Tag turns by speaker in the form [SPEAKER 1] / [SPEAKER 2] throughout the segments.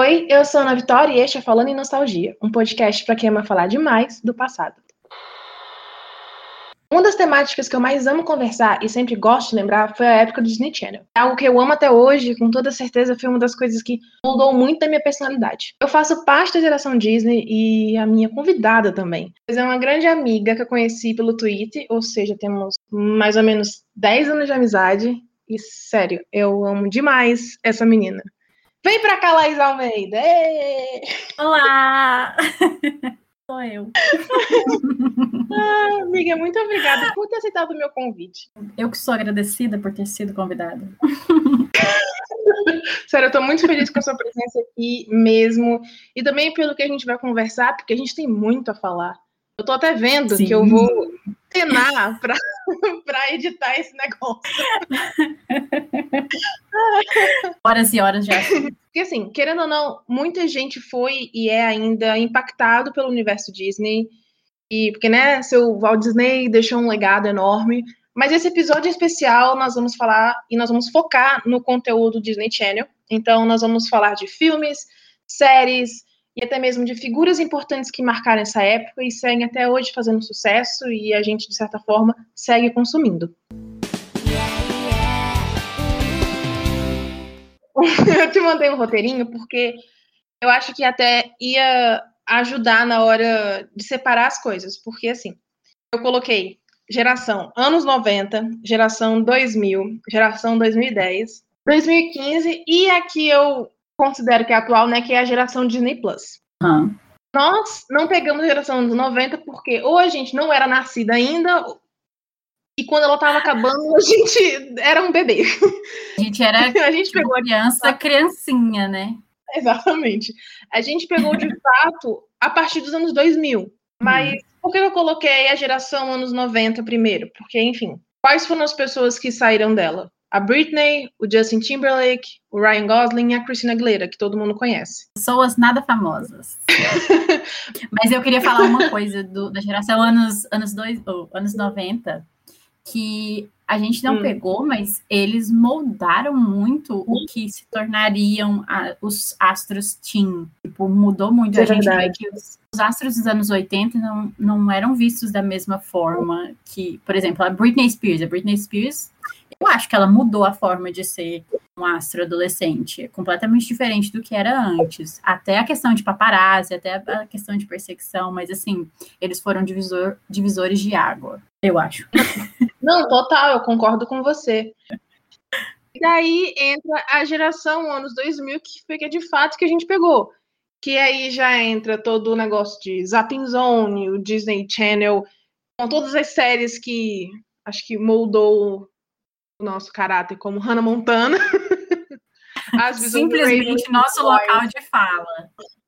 [SPEAKER 1] Oi, eu sou a Ana Vitória e este é Falando em Nostalgia, um podcast para quem ama falar demais do passado. Uma das temáticas que eu mais amo conversar e sempre gosto de lembrar foi a época do Disney Channel. É algo que eu amo até hoje, com toda certeza foi uma das coisas que moldou muito da minha personalidade. Eu faço parte da geração Disney e a minha convidada também. Pois é uma grande amiga que eu conheci pelo Twitter, ou seja, temos mais ou menos 10 anos de amizade. E sério, eu amo demais essa menina. Vem pra cá, Laís Almeida! Êêê!
[SPEAKER 2] Olá! Sou eu.
[SPEAKER 1] Amiga, muito obrigada por ter aceitado o meu convite.
[SPEAKER 2] Eu que sou agradecida por ter sido convidada.
[SPEAKER 1] Sério, eu tô muito feliz com a sua presença aqui mesmo. E também pelo que a gente vai conversar, porque a gente tem muito a falar. Eu tô até vendo que eu vou treinar pra editar esse negócio.
[SPEAKER 2] Horas e horas já.
[SPEAKER 1] Porque assim, querendo ou não, muita gente foi e é ainda impactado pelo universo Disney. E porque, né, seu Walt Disney deixou um legado enorme. Mas esse episódio especial nós vamos falar e nós vamos focar no conteúdo Disney Channel. Então nós vamos falar de filmes, séries e até mesmo de figuras importantes que marcaram essa época e seguem até hoje fazendo sucesso e a gente, de certa forma, segue consumindo. Eu te mandei um roteirinho porque eu acho que até ia ajudar na hora de separar as coisas. Porque, assim, eu coloquei geração anos 90, geração 2000, geração 2010, 2015 e aqui eu considero que é atual, né, que é a geração Disney Plus.
[SPEAKER 2] Uhum.
[SPEAKER 1] Nós não pegamos a geração anos 90 porque ou a gente não era nascida ainda e quando ela estava acabando a gente era um bebê.
[SPEAKER 2] A gente era
[SPEAKER 1] a gente pegou
[SPEAKER 2] criancinha, né?
[SPEAKER 1] Exatamente. A gente pegou de fato a partir dos anos 2000. Mas por que eu coloquei a geração anos 90 primeiro? Porque, enfim, quais foram as pessoas que saíram dela? A Britney, o Justin Timberlake, o Ryan Gosling e a Christina Aguilera, que todo mundo conhece.
[SPEAKER 2] Pessoas nada famosas. Mas eu queria falar uma coisa da geração anos 90, que a gente não pegou, mas eles moldaram muito o que se tornariam os astros teen. Tipo, mudou muito. A gente vê que os astros dos anos 80 não eram vistos da mesma forma que, por exemplo, a Britney Spears. A Britney Spears, eu acho que ela mudou a forma de ser um astro adolescente. É completamente diferente do que era antes. Até a questão de paparazzi, até a questão de perseguição, mas assim, eles foram divisores de água, eu acho.
[SPEAKER 1] Não, total, eu concordo com você. E daí entra a geração anos 2000, que foi de fato que a gente pegou. Que aí já entra todo o negócio de Zapping Zone, o Disney Channel, com todas as séries que acho que moldou o nosso caráter, como Hannah Montana.
[SPEAKER 2] Simplesmente nosso local de fala.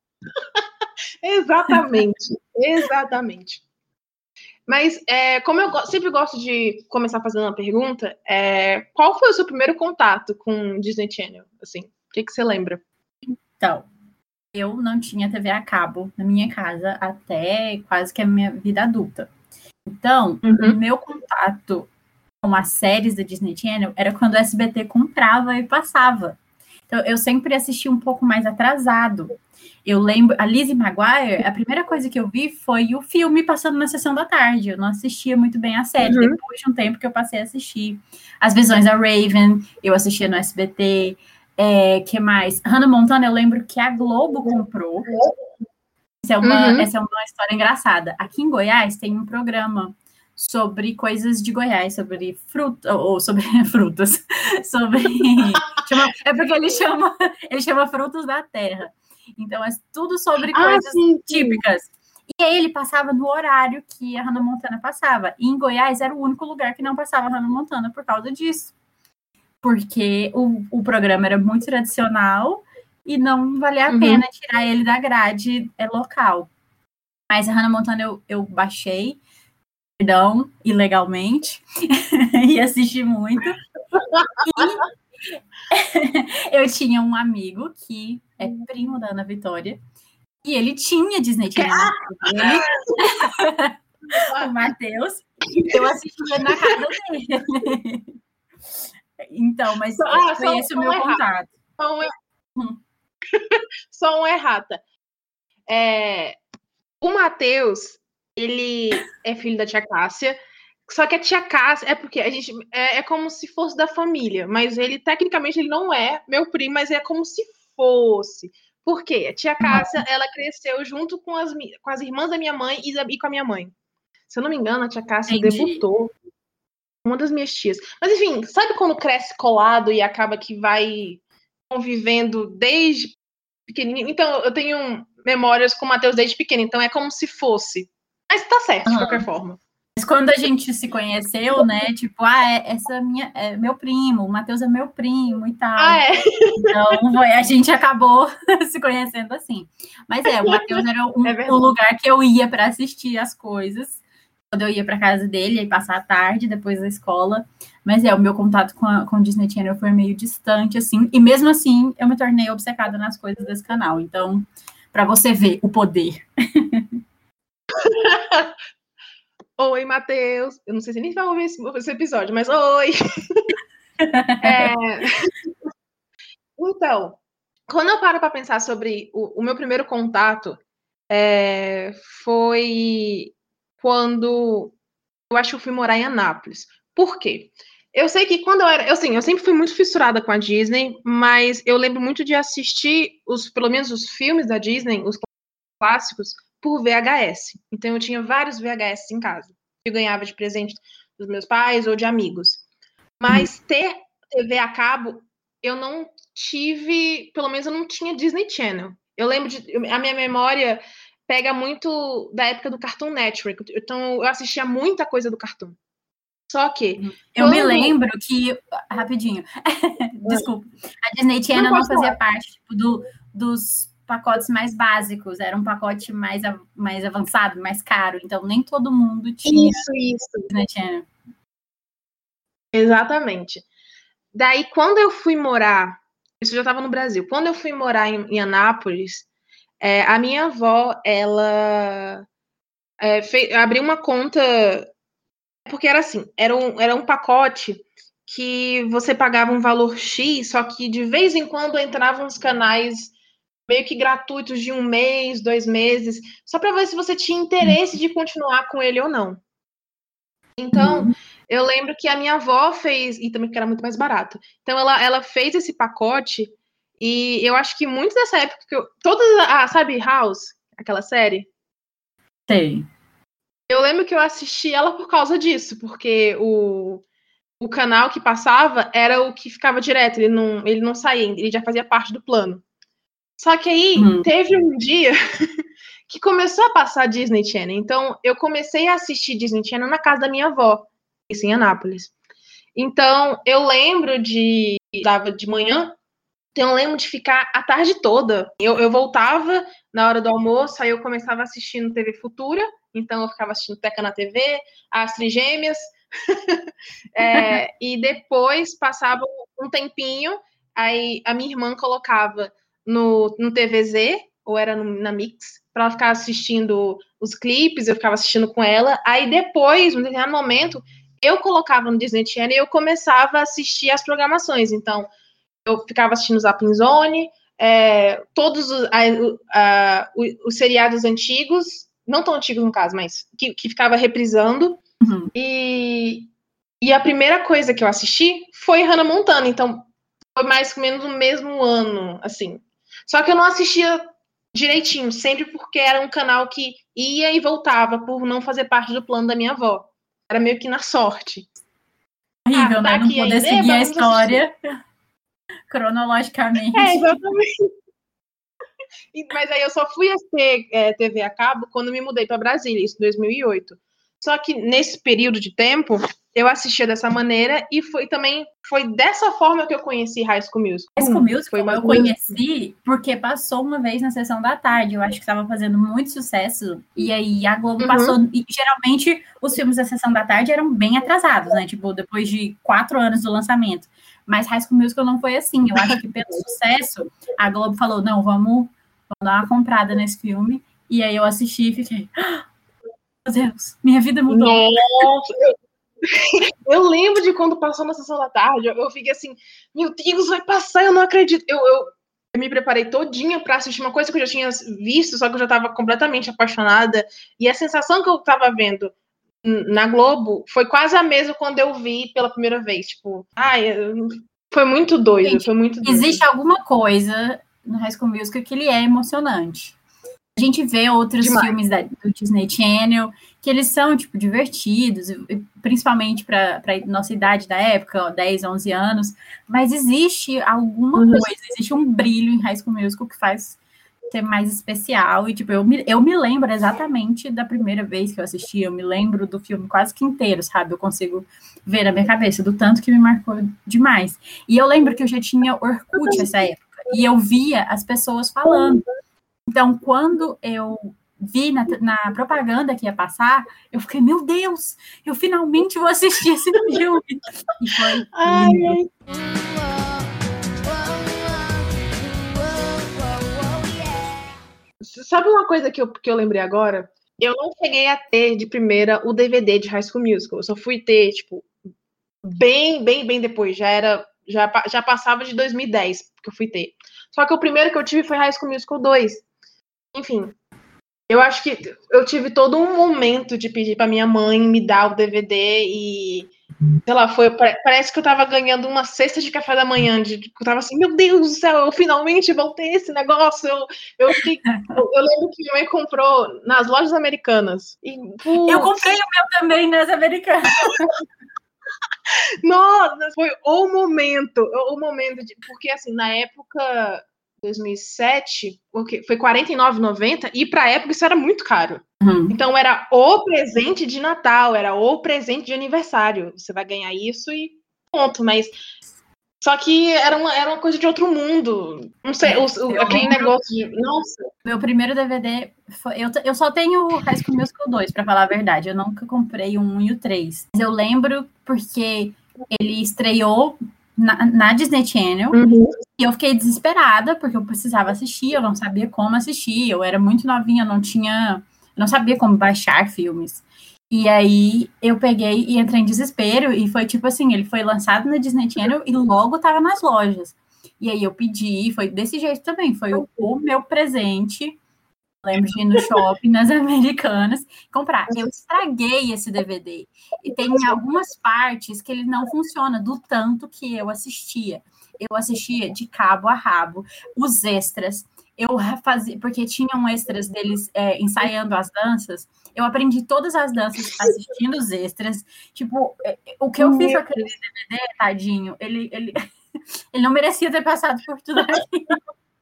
[SPEAKER 1] Exatamente. Mas, como eu sempre gosto de começar fazendo uma pergunta, qual foi o seu primeiro contato com Disney Channel? Assim, o que você lembra?
[SPEAKER 2] Então, eu não tinha TV a cabo na minha casa até quase que a minha vida adulta. Então, o meu contato com as séries da Disney Channel era quando o SBT comprava e passava. Então, eu sempre assisti um pouco mais atrasado. Eu lembro, a Lizzie McGuire, a primeira coisa que eu vi foi o filme passando na sessão da tarde. Eu não assistia muito bem a série. Depois de um tempo que eu passei a assistir. As Visões da Raven, eu assistia no SBT. Que mais? Hannah Montana, eu lembro que a Globo comprou. Essa é uma história engraçada. Aqui em Goiás tem um programa sobre coisas de Goiás, sobre fruta, ou sobre frutas, é porque ele chama frutos da terra. Então é tudo sobre coisas típicas. E aí ele passava no horário que a Hannah Montana passava. E em Goiás era o único lugar que não passava a Hannah Montana por causa disso. Porque o programa era muito tradicional e não valia a pena tirar ele da grade local. Mas a Hannah Montana eu baixei, ilegalmente, e assisti muito. E eu tinha um amigo que é primo da Ana Vitória, e ele tinha Disney Channel dele, o Matheus, eu assistia na casa dele. Então, mas foi esse o meu contato.
[SPEAKER 1] Só um errata. O Matheus, ele é filho da tia Cássia, só que a tia Cássia é porque a gente é como se fosse da família, mas ele tecnicamente ele não é meu primo, mas é como se fosse. Por quê? A tia Cássia, ela cresceu junto com as irmãs da minha mãe e com a minha mãe. Se eu não me engano, a tia Cássia debutou uma das minhas tias. Mas enfim, sabe quando cresce colado e acaba que vai convivendo desde pequenininho? Então, eu tenho memórias com o Matheus desde pequeno, então é como se fosse. Mas tá certo, de qualquer forma.
[SPEAKER 2] Mas quando a gente se conheceu, né, tipo, essa é meu primo, o Matheus é meu primo e tal. Então, a gente acabou se conhecendo assim. Mas o Matheus era o lugar que eu ia para assistir as coisas, quando eu ia para casa dele, aí passar a tarde, depois da escola. Mas o meu contato com o Disney Channel foi meio distante, assim, e mesmo assim, eu me tornei obcecada nas coisas desse canal. Então, para você ver o poder.
[SPEAKER 1] Oi, Matheus. Eu não sei se nem vai ouvir esse episódio, mas oi! Então, quando eu paro para pensar sobre o meu primeiro contato, foi quando eu acho que eu fui morar em Anápolis. Por quê? Eu sei que quando eu era... eu sempre fui muito fissurada com a Disney, mas eu lembro muito de assistir, pelo menos os filmes da Disney, os clássicos, por VHS. Então eu tinha vários VHS em casa. Eu ganhava de presente dos meus pais ou de amigos. Mas ter TV a cabo, eu não tive... pelo menos eu não tinha Disney Channel. Eu lembro a minha memória pega muito da época do Cartoon Network. Então eu assistia muita coisa do Cartoon. Só que...
[SPEAKER 2] eu me lembro que... rapidinho. Desculpa. A Disney Channel não fazia parte tipo, dos pacotes mais básicos. Era um pacote mais avançado, mais caro. Então, nem todo mundo tinha
[SPEAKER 1] isso.
[SPEAKER 2] Disney Channel.
[SPEAKER 1] Exatamente. Daí, quando eu fui morar... isso já estava no Brasil. Quando eu fui morar em Anápolis, a minha avó, ela abriu uma conta... porque era assim, era um pacote que você pagava um valor X, só que de vez em quando entravam uns canais meio que gratuitos de 1 mês, 2 meses, só para ver se você tinha interesse de continuar com ele ou não. Então, eu lembro que a minha avó fez, e também porque era muito mais barato. Então, ela fez esse pacote, e eu acho que muito dessa época, sabe House, aquela série?
[SPEAKER 2] Sei.
[SPEAKER 1] Eu lembro que eu assisti ela por causa disso, porque o canal que passava era o que ficava direto, ele não saía, ele já fazia parte do plano. Só que aí teve um dia que começou a passar Disney Channel. Então, eu comecei a assistir Disney Channel na casa da minha avó, em Anápolis. Então, eu lembro dava de manhã, então eu lembro de ficar a tarde toda. Eu voltava na hora do almoço, aí eu começava assistindo TV Futura, então eu ficava assistindo Teca na TV, As Trigêmeas, e depois passava um tempinho, aí a minha irmã colocava no TVZ, ou era na Mix, para ela ficar assistindo os clipes, eu ficava assistindo com ela. Aí depois, num determinado momento, eu colocava no Disney Channel e eu começava a assistir as programações. Então, eu ficava assistindo Zapping Zone, todos os seriados antigos, não tão antigos no caso, mas que ficava reprisando. E a primeira coisa que eu assisti foi Hannah Montana, então foi mais ou menos o mesmo ano, assim. Só que eu não assistia direitinho, sempre porque era um canal que ia e voltava por não fazer parte do plano da minha avó. Era meio que na sorte.
[SPEAKER 2] Horrível, né? Não poder seguir a história cronologicamente.
[SPEAKER 1] Exatamente. Mas aí eu só fui a ter TV a cabo quando me mudei para Brasília, isso em 2008. Só que nesse período de tempo, eu assistia dessa maneira e foi dessa forma que eu conheci High School Musical.
[SPEAKER 2] High School Musical eu conheci porque passou uma vez na sessão da tarde. Eu acho que estava fazendo muito sucesso. E aí a Globo passou. E geralmente os filmes da sessão da tarde eram bem atrasados, né? Tipo, depois de 4 anos do lançamento. Mas High School Musical não foi assim. Eu acho que pelo sucesso, a Globo falou, não, vamos dar uma comprada nesse filme. E aí eu assisti e fiquei... Meu Deus, minha vida mudou.
[SPEAKER 1] Nossa, eu lembro de quando passou na sessão da tarde, eu fiquei assim, meu Deus, vai passar, eu não acredito. Eu me preparei todinha pra assistir uma coisa que eu já tinha visto, só que eu já tava completamente apaixonada. E a sensação que eu tava vendo na Globo foi quase a mesma quando eu vi pela primeira vez. Tipo, foi muito doido,
[SPEAKER 2] Gente,
[SPEAKER 1] foi muito doido.
[SPEAKER 2] Existe alguma coisa no High School Musical que ele é emocionante. A gente vê outros filmes do Disney Channel que eles são, tipo, divertidos, principalmente para nossa idade da época, 10, 11 anos, mas existe alguma coisa, existe um brilho em High School Musical que faz ser mais especial, e, tipo, eu me lembro exatamente da primeira vez que eu assisti, eu me lembro do filme quase que inteiro, sabe? Eu consigo ver na minha cabeça, do tanto que me marcou demais. E eu lembro que eu já tinha Orkut nessa época, e eu via as pessoas falando. Então, quando eu vi na propaganda que ia passar, eu fiquei, meu Deus, eu finalmente vou assistir esse filme. E foi lindo.
[SPEAKER 1] Sabe uma coisa que eu lembrei agora? Eu não cheguei a ter de primeira o DVD de High School Musical. Eu só fui ter, tipo, bem depois. Já passava de 2010 que eu fui ter. Só que o primeiro que eu tive foi High School Musical 2. Enfim, eu acho que eu tive todo um momento de pedir pra minha mãe me dar o DVD e, sei lá, parece que eu tava ganhando uma cesta de café da manhã, eu tava assim, meu Deus do céu, eu finalmente vou ter esse negócio. Eu lembro que minha mãe comprou nas lojas americanas. E,
[SPEAKER 2] eu comprei o meu também nas americanas.
[SPEAKER 1] Nossa, foi o momento, porque assim, na época 2007, foi R$49,90 e pra época isso era muito caro. Então era o presente de Natal, era o presente de aniversário. Você vai ganhar isso e ponto, mas só que era uma coisa de outro mundo. Não sei, aquele negócio de... Nossa.
[SPEAKER 2] Meu primeiro DVD foi... Eu só tenho o High School Musical 2, pra falar a verdade. Eu nunca comprei o 1 e o 3. Mas eu lembro porque ele estreou na Disney Channel, e eu fiquei desesperada, porque eu precisava assistir, eu não sabia como assistir, eu era muito novinha, eu não sabia como baixar filmes. E aí eu peguei e entrei em desespero, e foi tipo assim, ele foi lançado na Disney Channel e logo tava nas lojas. E aí eu pedi, foi desse jeito também, foi o meu presente. Lembro de ir no shopping, nas Americanas, comprar. Eu estraguei esse DVD. E tem algumas partes que ele não funciona, do tanto que eu assistia. Eu assistia de cabo a rabo. Os extras, eu fazia, porque tinham extras deles ensaiando as danças. Eu aprendi todas as danças assistindo os extras. Tipo, o que eu fiz com aquele DVD, tadinho, ele não merecia ter passado por tudo aquilo.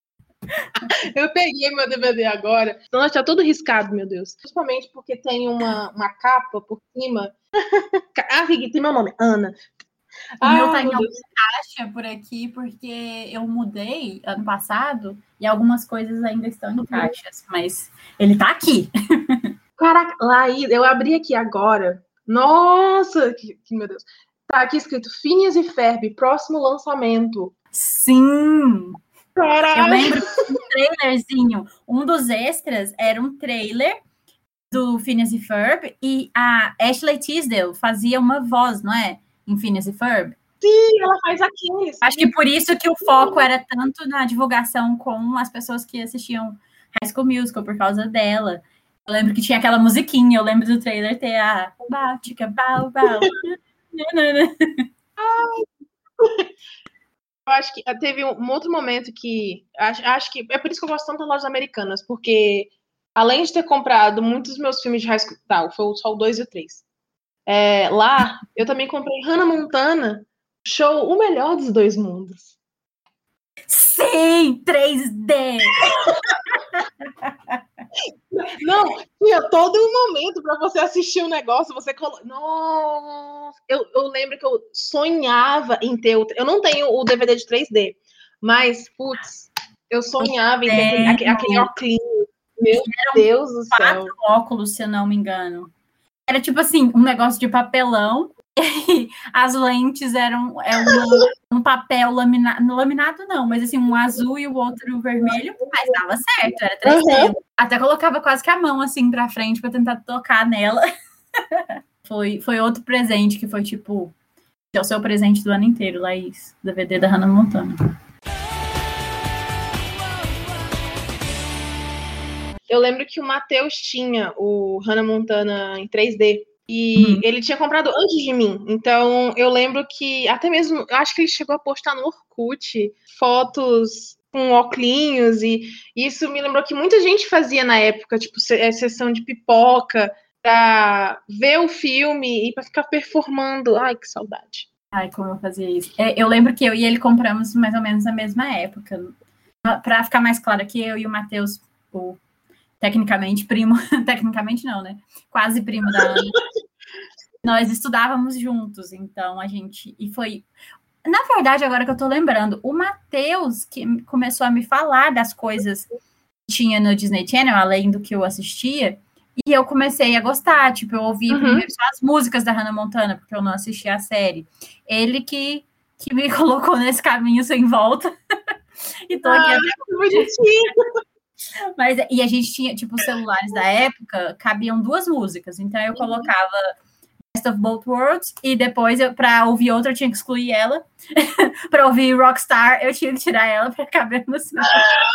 [SPEAKER 1] Eu peguei meu DVD agora. Nossa, tá todo riscado, meu Deus. Principalmente porque tem uma capa por cima. Aqui tem meu nome, Ana.
[SPEAKER 2] O meu tá em alguma caixa por aqui, porque eu mudei ano passado e algumas coisas ainda estão em caixas, mas ele tá aqui.
[SPEAKER 1] Caraca, eu abri aqui agora. Nossa, que meu Deus. Tá aqui escrito Phineas e Ferb, próximo lançamento.
[SPEAKER 2] Sim!
[SPEAKER 1] Caraca.
[SPEAKER 2] Eu lembro que um trailerzinho, um dos extras era um trailer do Phineas e Ferb, e a Ashley Tisdale fazia uma voz, não é? Em Phineas e Ferb.
[SPEAKER 1] Sim, ela faz aqui.
[SPEAKER 2] Acho que por isso que o foco era tanto na divulgação com as pessoas que assistiam High School Musical, por causa dela. Eu lembro que tinha aquela musiquinha, eu lembro do trailer ter a Báltica, Bau, Bau.
[SPEAKER 1] Eu acho que teve um outro momento que... Acho que é por isso que eu gosto tanto das lojas americanas, porque além de ter comprado muitos dos meus filmes de High School... Tá, foi só o 2 e o 3. Lá, eu também comprei Hannah Montana, show O Melhor dos Dois Mundos.
[SPEAKER 2] Sim, 3D!
[SPEAKER 1] Não, tinha todo um momento para você assistir um negócio, você Nossa, eu lembro que eu sonhava em ter eu não tenho o DVD de 3D, mas, putz, eu sonhava em ter aquele óculos. Meu Deus do céu.
[SPEAKER 2] 4 óculos, se eu não me engano. Era tipo assim, um negócio de papelão, e as lentes eram um papel laminado não, mas assim, um azul e o outro vermelho, mas dava certo, era 3D. Até colocava quase que a mão assim pra frente pra tentar tocar nela. Foi outro presente que foi tipo, é o seu presente do ano inteiro, Laís, DVD da Hannah Montana.
[SPEAKER 1] eu lembro que o Matheus tinha o Hannah Montana em 3D. E ele tinha comprado antes de mim. Então, eu lembro que até mesmo, eu acho que ele chegou a postar no Orkut fotos com óculos, e isso me lembrou que muita gente fazia na época, tipo, sessão de pipoca, pra ver o filme e pra ficar performando. Ai, que saudade.
[SPEAKER 2] Ai, como eu fazia isso. Eu lembro que eu e ele compramos mais ou menos na mesma época. Pra ficar mais claro aqui, eu e o Matheus, o tecnicamente primo, tecnicamente não, né? Quase primo da Ana. Nós estudávamos juntos, então a gente... E foi... Na verdade, agora que eu tô lembrando, o Matheus que começou a me falar das coisas que tinha no Disney Channel, além do que eu assistia, e eu comecei a gostar. Tipo, eu ouvi primeiro só as músicas da Hannah Montana, porque eu não assistia a série. Ele que me colocou nesse caminho sem volta. E tô aqui até... Mas, e a gente tinha, tipo, os celulares da época, cabiam 2 músicas. Então eu colocava Best of Both Worlds, e depois, pra ouvir outra, eu tinha que excluir ela. Pra ouvir Rockstar, eu tinha que tirar ela pra caber no celular.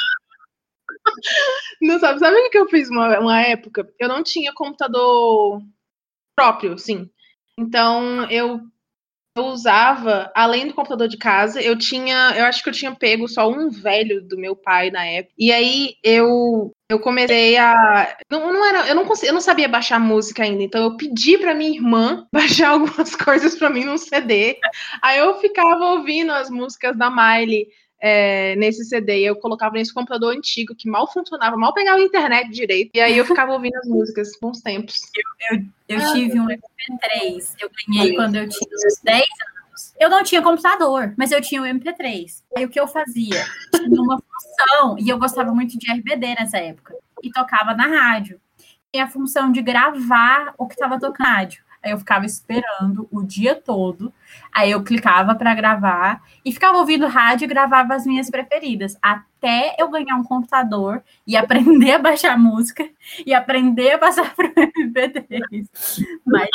[SPEAKER 1] Não sabe o que eu fiz uma época? Eu não tinha computador próprio, sim. Então, eu usava, além do computador de casa, eu acho que eu tinha pego só um velho do meu pai na época. E aí eu comecei a... eu não sabia baixar música ainda, então eu pedi pra minha irmã baixar algumas coisas pra mim num CD. Aí eu ficava ouvindo as músicas da Miley nesse CD, e eu colocava nesse computador antigo que mal funcionava, mal pegava a internet direito, e aí eu ficava ouvindo as músicas bons tempos.
[SPEAKER 2] Eu tive um MP3, eu ganhei quando eu tinha uns 10 anos. Eu não tinha computador, mas eu tinha um MP3. Aí o que eu fazia? Tinha uma função, e eu gostava muito de RBD nessa época, e tocava na rádio. Tinha a função de gravar o que estava tocando na rádio. Aí eu ficava esperando o dia todo, aí eu clicava para gravar e ficava ouvindo rádio e gravava as minhas preferidas, até eu ganhar um computador e aprender a baixar música e aprender a passar para o MP3. Mas...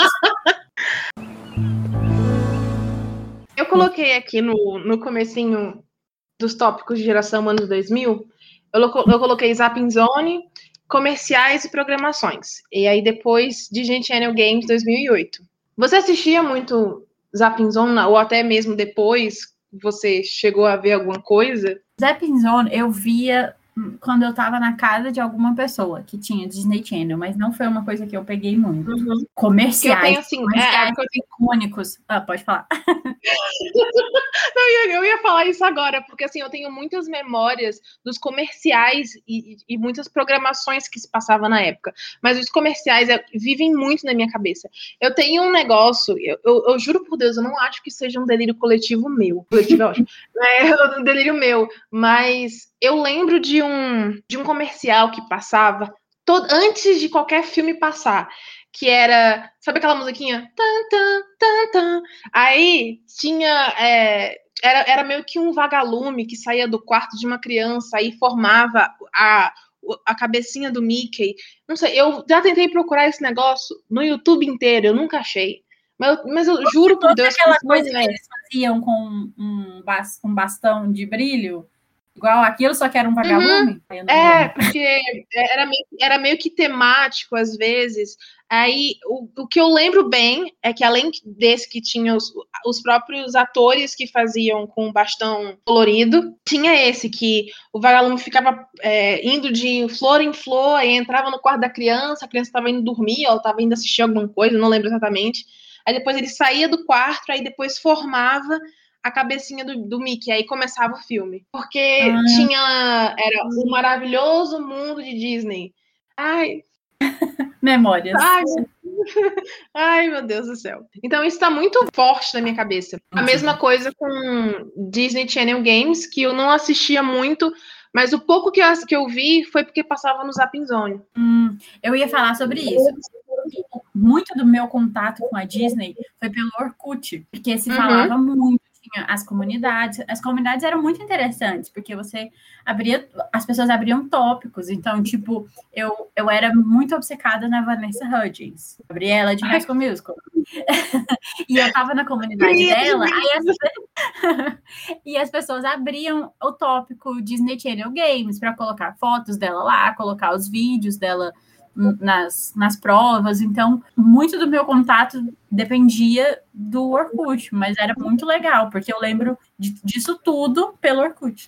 [SPEAKER 1] Eu coloquei aqui no comecinho dos tópicos de geração anos 2000, eu coloquei Zapping Zone, comerciais e programações. E aí depois Disney Channel Games 2008. Você assistia muito Zapping Zone, ou até mesmo depois você chegou a ver alguma coisa?
[SPEAKER 2] Zapping Zone eu via quando eu tava na casa de alguma pessoa que tinha Disney Channel, mas não foi uma coisa que eu peguei muito. Comerciais, comerciais icônicos. Pode falar.
[SPEAKER 1] Não, eu ia falar isso agora, porque assim, eu tenho muitas memórias dos comerciais e muitas programações que se passavam na época, mas os comerciais vivem muito na minha cabeça. Eu tenho um negócio, eu juro por Deus, eu não acho que seja um delírio coletivo meu. Coletivo é ótimo. É um delírio meu, mas eu lembro de um comercial que passava antes de qualquer filme passar, que era, sabe aquela musiquinha? Tan, tan, tan, tan. Aí tinha, era meio que um vagalume que saía do quarto de uma criança e formava a cabecinha do Mickey. Não sei, eu já tentei procurar esse negócio no YouTube inteiro, eu nunca achei. Mas eu juro por Deus
[SPEAKER 2] que aquela coisa que eles faziam com um bastão de brilho, igual aquilo, só que era um vagalume?
[SPEAKER 1] Porque era meio que temático, às vezes. Aí, o que eu lembro bem é que, além desse que tinha os próprios atores que faziam com bastão colorido, tinha esse que o vagalume ficava indo de flor em flor, aí entrava no quarto da criança, a criança estava indo dormir, ou estava indo assistir alguma coisa, não lembro exatamente. Aí depois ele saía do quarto, aí depois formava a cabecinha do Mickey, aí começava o filme. Porque era um maravilhoso mundo de Disney. Ai.
[SPEAKER 2] Memórias.
[SPEAKER 1] Ai, meu Deus do céu. Então isso tá muito forte na minha cabeça. A mesma coisa com Disney Channel Games, que eu não assistia muito, mas o pouco que eu vi foi porque passava no Zapping Zone.
[SPEAKER 2] Eu ia falar sobre isso. Muito do meu contato com a Disney foi pelo Orkut, porque se falava muito, tinha as comunidades. As comunidades eram muito interessantes, porque as pessoas abriam tópicos. Então, tipo, eu era muito obcecada na Vanessa Hudgens, Gabriela de High School Musical. E eu tava na comunidade dela, e as pessoas abriam o tópico Disney Channel Games para colocar fotos dela lá, colocar os vídeos dela nas provas. Então, muito do meu contato dependia do Orkut, mas era muito legal, porque eu lembro disso tudo pelo Orkut.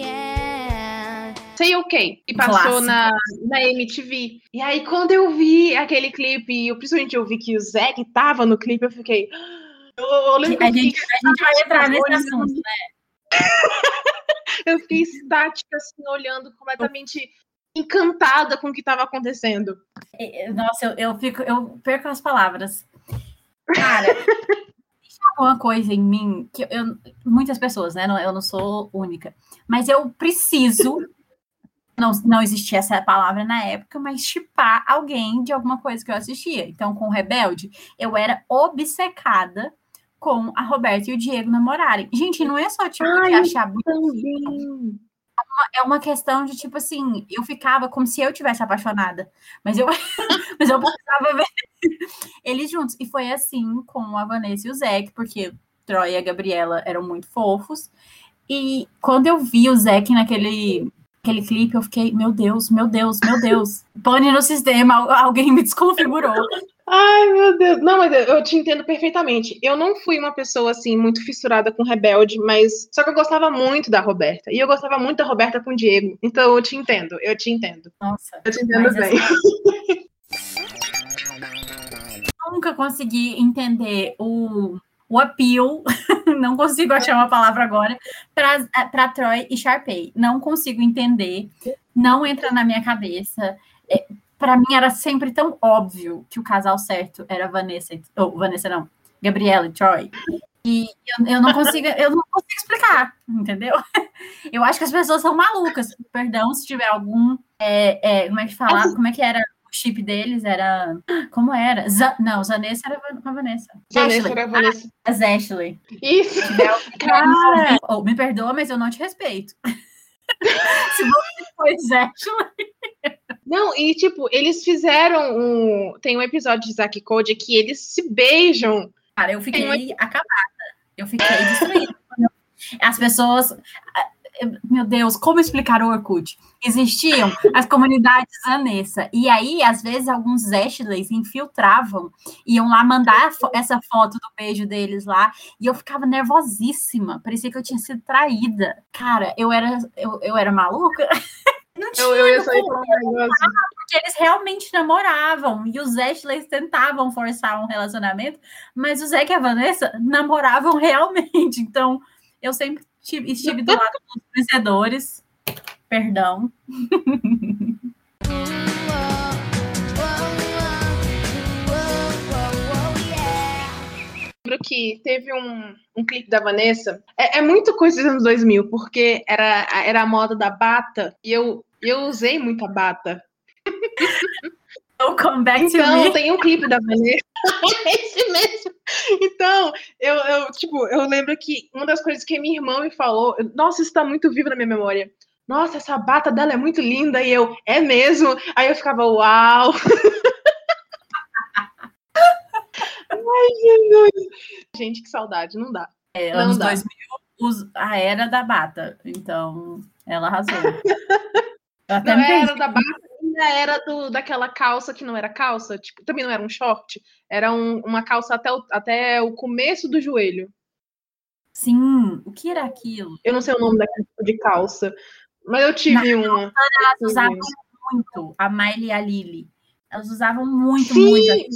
[SPEAKER 1] Say OK, e passou na MTV. E aí, quando eu vi aquele clipe, principalmente eu vi que o Zac tava no clipe, eu fiquei... Eu lembro que
[SPEAKER 2] a gente vai entrar nesse assunto, né?
[SPEAKER 1] Eu fiquei estática, assim, olhando completamente encantada com o que estava acontecendo.
[SPEAKER 2] Nossa, eu perco as palavras. Cara, uma coisa em mim que muitas pessoas, né? Eu não sou única, mas eu preciso. Não existia essa palavra na época, mas shippar alguém de alguma coisa que eu assistia. Então, com Rebelde, eu era obcecada com a Roberta e o Diego namorarem. Gente, não é só tipo de achar bonito. É uma questão de, tipo assim, eu ficava como se eu tivesse apaixonada. Mas eu precisava ver eles juntos. E foi assim com a Vanessa e o Zac, porque o Troy e a Gabriela eram muito fofos. E quando eu vi o Zac naquele clipe, eu fiquei, meu Deus. Pane no sistema, alguém me desconfigurou.
[SPEAKER 1] Ai, meu Deus. Não, mas eu te entendo perfeitamente. Eu não fui uma pessoa, assim, muito fissurada com Rebelde, mas... Só que eu gostava muito da Roberta. E eu gostava muito da Roberta com o Diego. Então, eu te entendo.
[SPEAKER 2] Nossa.
[SPEAKER 1] Eu te entendo bem.
[SPEAKER 2] Assim, nunca consegui entender o appeal, não consigo achar uma palavra agora, para Troy e Sharpay. Não consigo entender, não entra na minha cabeça. Para mim era sempre tão óbvio que o casal certo era Gabriela e Troy. E eu não consigo explicar, entendeu? Eu acho que as pessoas são malucas. Perdão se tiver algum. Como é que fala? Como é que era o chip deles? Era. Como era? Zanessa era com a Vanessa.
[SPEAKER 1] Vanessa era a Vanessa.
[SPEAKER 2] As Ashley.
[SPEAKER 1] Isso. Cara.
[SPEAKER 2] Me perdoa, mas eu não te respeito. Se você foi Ashley.
[SPEAKER 1] Não, e tipo, eles fizeram tem um episódio de Zack e Cody que eles se beijam.
[SPEAKER 2] Cara, eu fiquei acabada. Eu fiquei destruída. As pessoas... Meu Deus, como explicar o Orkut? Existiam as comunidades Vanessa. E aí, às vezes, alguns Ashleys infiltravam, iam lá mandar essa foto do beijo deles lá. E eu ficava nervosíssima. Parecia que eu tinha sido traída. Cara, eu era maluca. Não tinha
[SPEAKER 1] eu ia sair com um negócio.
[SPEAKER 2] Porque eles realmente namoravam. E os Ashleys tentavam forçar um relacionamento. Mas o Zac e a Vanessa namoravam realmente. Então, eu sempre estive do lado dos vencedores. Perdão.
[SPEAKER 1] Lembro que teve um clipe da Vanessa. É muito coisa dos anos 2000, porque era a moda da bata. E eu usei muita bata.
[SPEAKER 2] Come back
[SPEAKER 1] então,
[SPEAKER 2] to me.
[SPEAKER 1] Tem um clipe da Vanessa. Esse mesmo. Então, eu lembro que uma das coisas que minha irmã me falou, nossa, isso tá muito vivo na minha memória. Nossa, essa bata dela é muito linda. E eu, é mesmo? Aí eu ficava, uau. Ai, Jesus. Gente, que saudade, não dá.
[SPEAKER 2] Anos 2000, a era da bata. Então, ela arrasou.
[SPEAKER 1] Não, era da bata. Ainda era daquela calça que não era calça, tipo, também não era um short, era uma calça até o começo do joelho.
[SPEAKER 2] Sim, o que era aquilo?
[SPEAKER 1] Eu não sei o nome daquele tipo de calça, mas eu tive uma.
[SPEAKER 2] Elas usavam muito, a Miley e a Lily. Elas usavam muito,
[SPEAKER 1] Sim!
[SPEAKER 2] muito.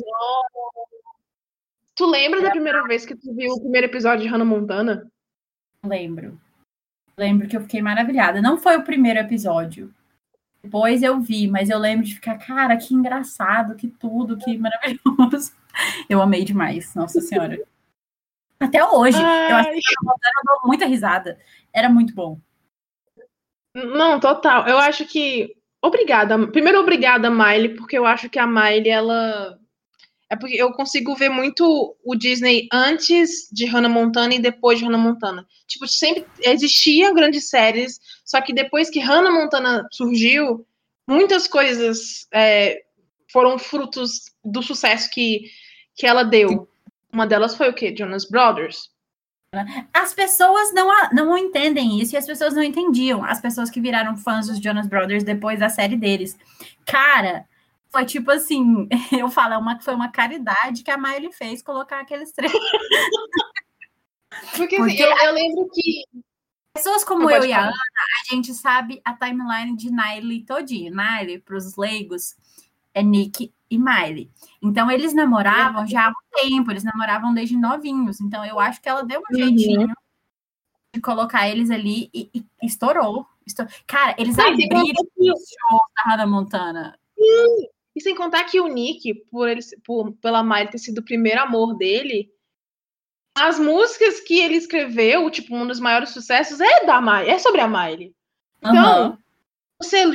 [SPEAKER 1] Tu lembra da primeira vez que tu viu o primeiro episódio de Hannah Montana?
[SPEAKER 2] Lembro que eu fiquei maravilhada. Não foi o primeiro episódio. Depois eu vi, mas eu lembro de ficar, cara, que engraçado, que tudo, que maravilhoso. Eu amei demais, nossa senhora. Até hoje, eu acho que eu dou muita risada. Era muito bom.
[SPEAKER 1] Não, total. Eu acho que... Obrigada. Primeiro, obrigada, Miley, porque eu acho que a Miley, ela É porque eu consigo ver muito o Disney antes de Hannah Montana e depois de Hannah Montana. Tipo, sempre existiam grandes séries, só que depois que Hannah Montana surgiu, muitas coisas foram frutos do sucesso que ela deu. Uma delas foi o quê? Jonas Brothers.
[SPEAKER 2] As pessoas não entendem isso e as pessoas não entendiam. As pessoas que viraram fãs dos Jonas Brothers depois da série deles. Cara, foi tipo assim, eu falo, foi uma caridade que a Miley fez colocar aqueles três.
[SPEAKER 1] Porque assim, eu lembro que
[SPEAKER 2] pessoas como eu e a Ana, a gente sabe a timeline de Niley todinha. Niley, para os leigos, é Nick e Miley. Então, eles namoravam já há um tempo, eles namoravam desde novinhos. Então, eu acho que ela deu um jeitinho de colocar eles ali e estourou. Cara, eles abriram os shows da Hannah Montana.
[SPEAKER 1] Sim. E sem contar que o Nick, pela Miley ter sido o primeiro amor dele, as músicas que ele escreveu, tipo, um dos maiores sucessos é sobre a Miley. Então, você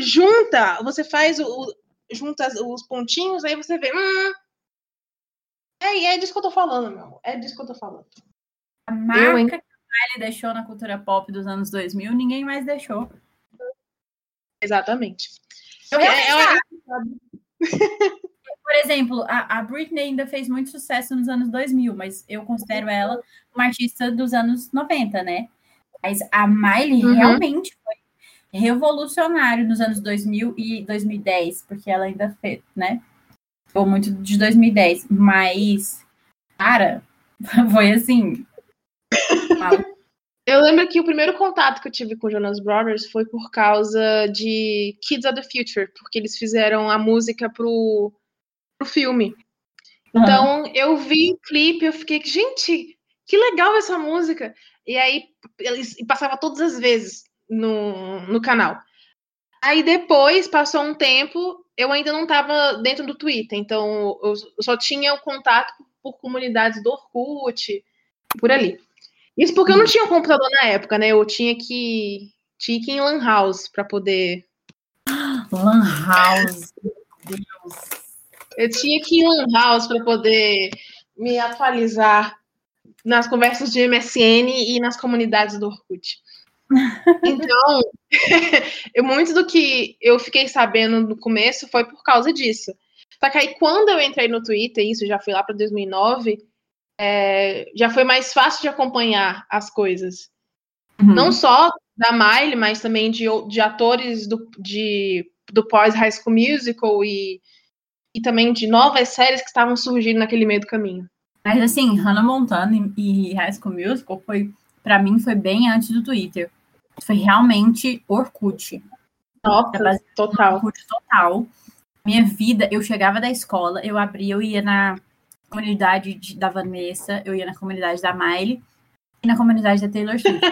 [SPEAKER 1] junta os pontinhos, aí você vê. É disso que eu tô falando, meu amor. É disso que eu tô falando.
[SPEAKER 2] A marca que a Miley deixou na cultura pop dos anos 2000, ninguém mais deixou.
[SPEAKER 1] Exatamente.
[SPEAKER 2] Por exemplo, a Britney ainda fez muito sucesso nos anos 2000, mas eu considero ela uma artista dos anos 90, né? Mas a Miley realmente foi revolucionário nos anos 2000 e 2010, porque ela ainda fez, né? Ou muito de 2010, mas, cara, foi assim.
[SPEAKER 1] Eu lembro que o primeiro contato que eu tive com Jonas Brothers foi por causa de Kids of the Future, porque eles fizeram a música pro filme. Então, eu vi o clipe, eu fiquei, gente, que legal essa música. E aí, eles passava todas as vezes no canal. Aí depois, passou um tempo, eu ainda não estava dentro do Twitter, então eu só tinha o contato por comunidades do Orkut, por ali. Isso porque eu não tinha um computador na época, né? Eu tinha que ir em Lan House para poder...
[SPEAKER 2] Lan House, Deus.
[SPEAKER 1] Eu tinha que ir em Lan House para poder me atualizar nas conversas de MSN e nas comunidades do Orkut. Então, muito do que eu fiquei sabendo no começo foi por causa disso. Só que aí, quando eu entrei no Twitter, isso já foi lá para 2009, já foi mais fácil de acompanhar as coisas. Não só da Miley, mas também de atores do pós-High School Musical e também de novas séries que estavam surgindo naquele meio do caminho.
[SPEAKER 2] Mas assim, Hannah Montana e High School Musical pra mim foi bem antes do Twitter. Foi realmente Orkut.
[SPEAKER 1] Nossa, total.
[SPEAKER 2] Orkut total. Minha vida, eu chegava da escola, eu ia na comunidade da Vanessa, eu ia na comunidade da Miley e na comunidade da Taylor Swift.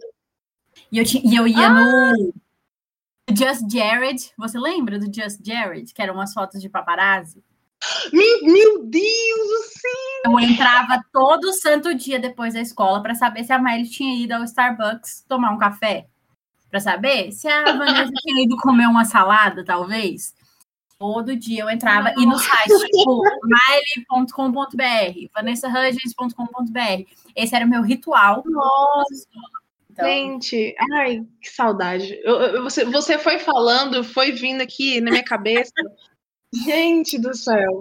[SPEAKER 2] e eu ia no Just Jared. Você lembra do Just Jared? Que eram umas fotos de paparazzi?
[SPEAKER 1] Meu Deus, sim!
[SPEAKER 2] Eu entrava todo santo dia depois da escola para saber se a Miley tinha ido ao Starbucks tomar um café. Para saber se a Vanessa tinha ido comer uma salada, talvez. Todo dia eu entrava e no site, tipo, miley.com.br, vanessahudgens.com.br. Esse era o meu ritual.
[SPEAKER 1] Nossa! Então... Gente, ai, que saudade. Você foi falando, foi vindo aqui na minha cabeça. Gente do céu.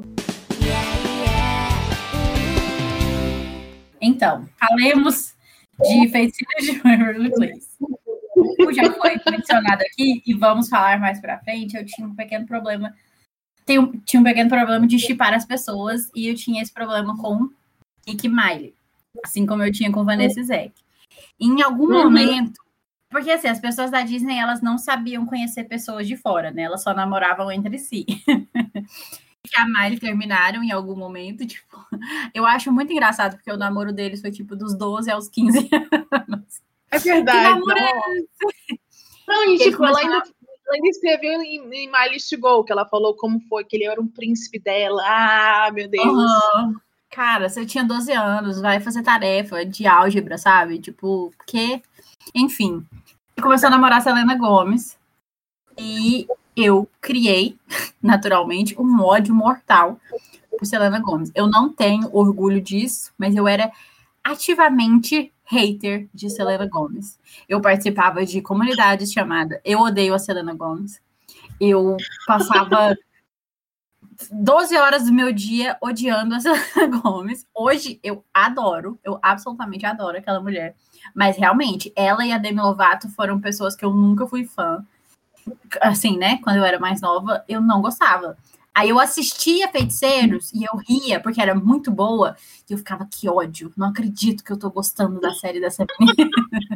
[SPEAKER 2] Então, falemos de Feiticeiros de Waverly Place. Como já foi mencionado aqui, e vamos falar mais pra frente, eu tinha um pequeno problema. Tinha um pequeno problema de shippar as pessoas, e eu tinha esse problema com Nick e Miley. Assim como eu tinha com Vanessa e Zack. Em algum momento, porque assim, as pessoas da Disney, elas não sabiam conhecer pessoas de fora, né? Elas só namoravam entre si. Que a Miley terminaram em algum momento, tipo, eu acho muito engraçado, porque o namoro deles foi tipo dos 12 aos 15 anos.
[SPEAKER 1] É verdade. Não, e tipo, ela ainda escreveu em My List to Go, que ela falou como foi, que ele era um príncipe dela. Ah, meu Deus.
[SPEAKER 2] Cara, você tinha 12 anos, vai fazer tarefa de álgebra, sabe? Tipo, que... Enfim. Começou a namorar a Selena Gomez. E eu criei, naturalmente, um ódio mortal por Selena Gomez. Eu não tenho orgulho disso, mas eu era ativamente hater de Selena Gomez. Eu participava de comunidades chamadas Eu Odeio a Selena Gomez. Eu passava 12 horas do meu dia odiando a Selena Gomez. Hoje eu absolutamente adoro aquela mulher. Mas realmente, ela e a Demi Lovato foram pessoas que eu nunca fui fã. Assim, né? Quando eu era mais nova, eu não gostava. Aí eu assistia Feiticeiros e eu ria, porque era muito boa. E eu ficava, que ódio. Não acredito que eu tô gostando da série dessa menina.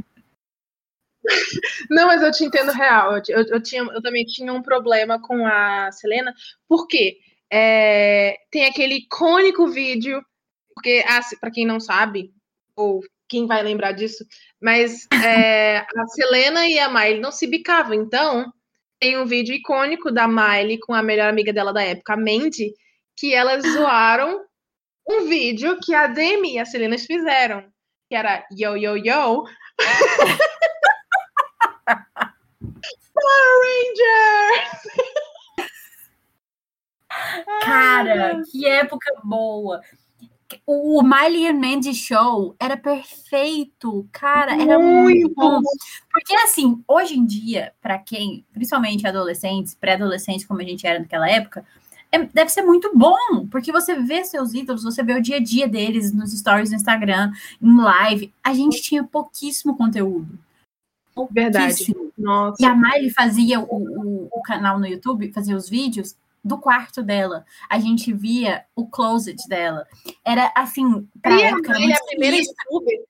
[SPEAKER 1] Não, mas eu te entendo real. Eu também tinha um problema com a Selena. Por quê? Tem aquele icônico vídeo, porque, para quem não sabe, ou quem vai lembrar disso, mas a Selena e a Miley não se bicavam. Então, tem um vídeo icônico da Miley com a melhor amiga dela da época, a Mandy, que elas zoaram um vídeo que a Demi e a Selena fizeram, que era Yo, Yo, Yo. Power Rangers!
[SPEAKER 2] Cara, que época boa! O Miley and Mandy Show era perfeito, cara, era muito bom. Porque, assim, hoje em dia, para quem, principalmente adolescentes, pré-adolescentes, como a gente era naquela época, deve ser muito bom, porque você vê seus ídolos, você vê o dia a dia deles nos stories do Instagram, em live. A gente tinha pouquíssimo conteúdo.
[SPEAKER 1] Verdade. Nossa.
[SPEAKER 2] E a Miley fazia o canal no YouTube, fazia os vídeos do quarto dela. A gente via o closet dela. Era assim, pra época, era muito
[SPEAKER 1] a primeira youtuber.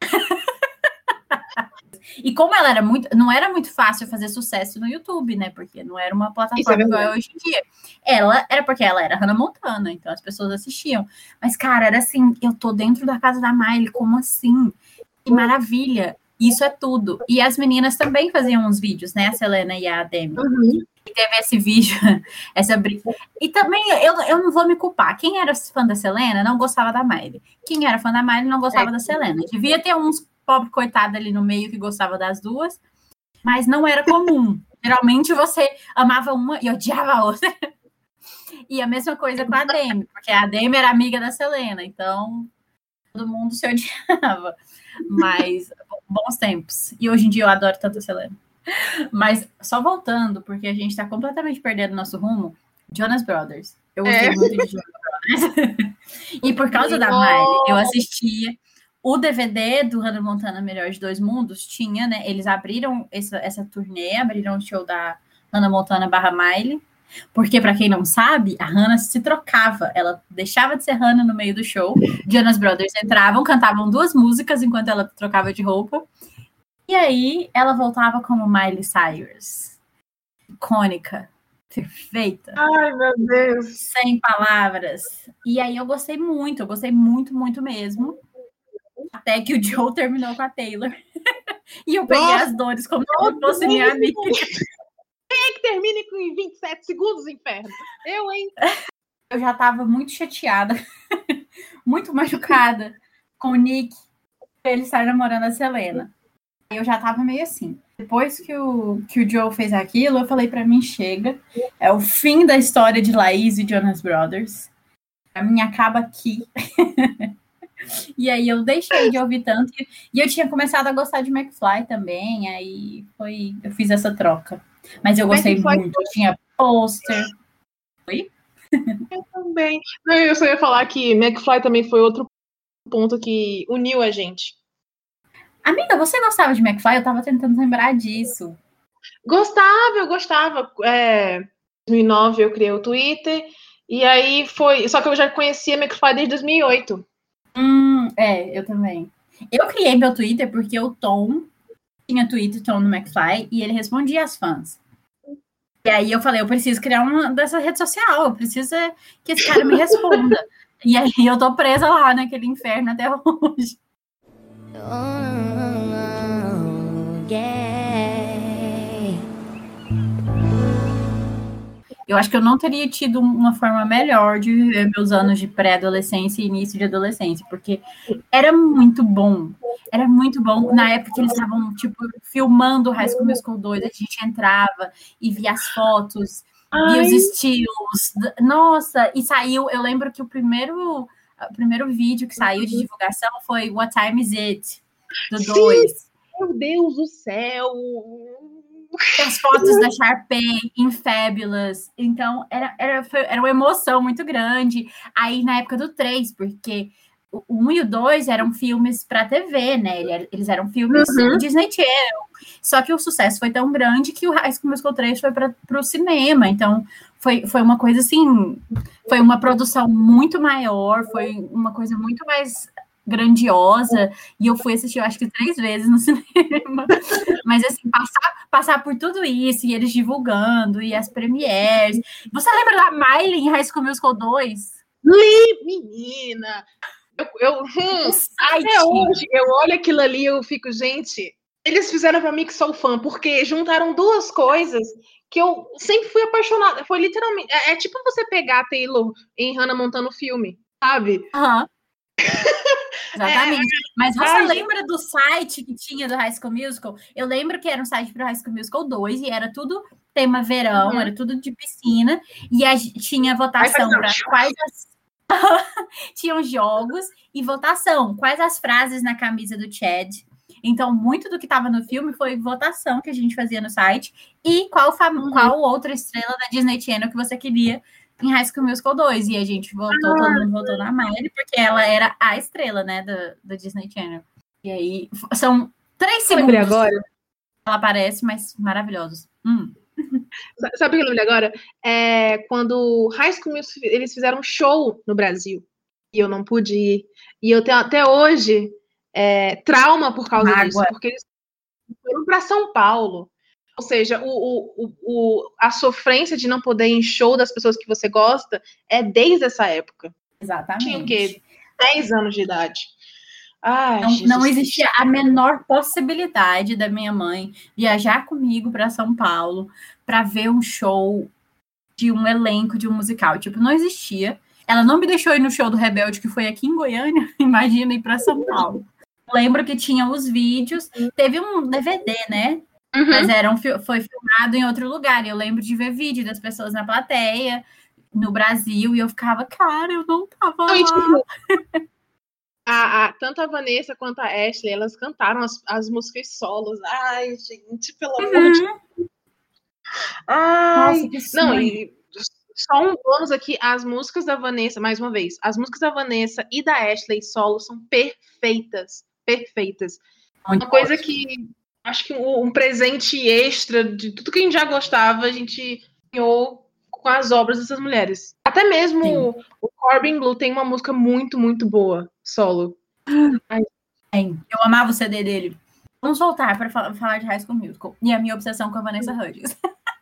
[SPEAKER 2] E como ela era não era muito fácil fazer sucesso no YouTube, né? Porque não era uma plataforma igual hoje em dia. Ela era porque ela era Hannah Montana, então as pessoas assistiam. Mas, cara, era assim, eu tô dentro da casa da Miley, como assim? Que maravilha! Isso é tudo. E as meninas também faziam uns vídeos, né? A Selena e a Demi.
[SPEAKER 1] Uhum.
[SPEAKER 2] E teve esse vídeo, essa briga. E também, eu não vou me culpar. Quem era fã da Selena não gostava da Miley. Quem era fã da Miley não gostava da Selena. Devia ter uns pobre coitado ali no meio que gostava das duas, mas não era comum. Geralmente você amava uma e odiava a outra. E a mesma coisa com a Demi, porque a Demi era amiga da Selena, então todo mundo se odiava. Mas bons tempos. E hoje em dia eu adoro tanto a Selena. Mas só voltando, porque a gente tá completamente perdendo nosso rumo, Jonas Brothers. Eu gostei muito de Jonas Brothers. E por causa da Miley, eu assistia o DVD do Hannah Montana Melhor de Dois Mundos, tinha, né? Eles abriram essa turnê, abriram o show da Hannah Montana / Miley, porque, para quem não sabe, a Hannah se trocava. Ela deixava de ser Hannah no meio do show, Jonas Brothers entravam, cantavam 2 músicas enquanto ela trocava de roupa, e aí ela voltava como Miley Cyrus. Icônica, perfeita.
[SPEAKER 1] Ai, meu Deus.
[SPEAKER 2] Sem palavras. E aí eu gostei muito muito mesmo. Até que o Joe terminou com a Taylor. E eu peguei as dores como se ela fosse minha amiga.
[SPEAKER 1] Quem é que termina em 27 segundos, inferno? Eu, hein?
[SPEAKER 2] Eu já tava muito chateada, muito machucada com o Nick, pra ele estar namorando a Selena. Eu já tava meio assim. Depois que o Joe fez aquilo, eu falei pra mim, chega. É o fim da história de Laís e Jonas Brothers. Pra mim acaba aqui. E aí eu deixei de ouvir tanto. E eu tinha começado a gostar de McFly também. Aí eu fiz essa troca. Mas eu gostei muito. Eu tinha pôster. Oi?
[SPEAKER 1] Eu também. Não, eu só ia falar que McFly também foi outro ponto que uniu a gente.
[SPEAKER 2] Amiga, você gostava de McFly? Eu tava tentando lembrar disso.
[SPEAKER 1] Eu gostava. Em 2009 eu criei o Twitter. E aí foi... Só que eu já conhecia McFly desde 2008.
[SPEAKER 2] Eu também. Eu criei meu Twitter porque o Tom tinha Twitter, Tom no McFly, e ele respondia às fãs. E aí eu falei, eu preciso criar uma dessa rede social, eu preciso que esse cara me responda. E aí eu tô presa lá naquele inferno até hoje. Eu acho que eu não teria tido uma forma melhor de viver meus anos de pré-adolescência e início de adolescência, porque era muito bom. Era muito bom. Na época que eles estavam, tipo, filmando o High School Musical 2, a gente entrava e via as fotos vi os estilos. Nossa, e saiu, eu lembro que o primeiro vídeo que saiu de divulgação foi What Time Is It? Do 2.
[SPEAKER 1] Meu Deus do céu!
[SPEAKER 2] As fotos da Sharpay em Fabulous. Então, era uma emoção muito grande. Aí, na época do 3, porque o 1 e o 2 eram filmes para TV, né? Eles eram filmes Disney Channel. Só que o sucesso foi tão grande que o High School Musical 3 foi para o cinema. Então, foi uma coisa assim... Foi uma produção muito maior, foi uma coisa muito mais grandiosa, e eu fui assistir, eu acho que 3 vezes no cinema, mas assim, passar por tudo isso, e eles divulgando, e as premieres. Você lembra da Miley em High School Musical 2?
[SPEAKER 1] Menina! Até hoje, eu olho aquilo ali e eu fico, gente, eles fizeram pra mim que sou fã, porque juntaram 2 coisas que eu sempre fui apaixonada. Foi literalmente, é tipo você pegar a Taylor em Hannah Montana no filme, sabe?
[SPEAKER 2] Exatamente. Mas você lembra do site que tinha do High School Musical? Eu lembro que era um site para o High School Musical 2 e era tudo tema verão, era tudo de piscina, e tinha votação para quais tinham jogos e votação, quais as frases na camisa do Chad. Então, muito do que estava no filme foi votação que a gente fazia no site e qual outra estrela da Disney Channel que você queria em High School Musical 2, e a gente votou, todo mundo votou na Miley, porque ela era a estrela, né, da Disney Channel. E aí, são 3 segundos agora. Ela aparece, mas maravilhosos.
[SPEAKER 1] Sabe o que eu lembrei agora? Quando High School Musical, eles fizeram um show no Brasil, e eu não pude ir. E eu tenho até hoje trauma por causa disso, porque eles foram para São Paulo. Ou seja, a sofrência de não poder ir em show das pessoas que você gosta é desde essa época.
[SPEAKER 2] Exatamente.
[SPEAKER 1] Tinha o quê? 10 anos de idade. Ai,
[SPEAKER 2] não existia a menor possibilidade da minha mãe viajar comigo para São Paulo para ver um show de um elenco de um musical. Tipo, não existia. Ela não me deixou ir no show do Rebelde, que foi aqui em Goiânia. Imagina ir para São Paulo. Lembro que tinha os vídeos. Teve um DVD, né? Mas foi filmado em outro lugar. E eu lembro de ver vídeo das pessoas na plateia, no Brasil, e eu ficava, cara, eu não tava
[SPEAKER 1] lá. Tanto a Vanessa quanto a Ashley, elas cantaram as músicas solos. Ai, gente, pelo amor de Deus. Ai, não, e só um bônus aqui, as músicas da Vanessa, mais uma vez, as músicas da Vanessa e da Ashley solo são perfeitas. Uma coisa que acho que um presente extra de tudo que a gente já gostava, a gente ganhou com as obras dessas mulheres. Até mesmo o Corbin Bleu tem uma música muito, muito boa, solo.
[SPEAKER 2] Eu amava o CD dele. Vamos voltar para falar de High School Musical e a minha obsessão com a Vanessa Hudgens.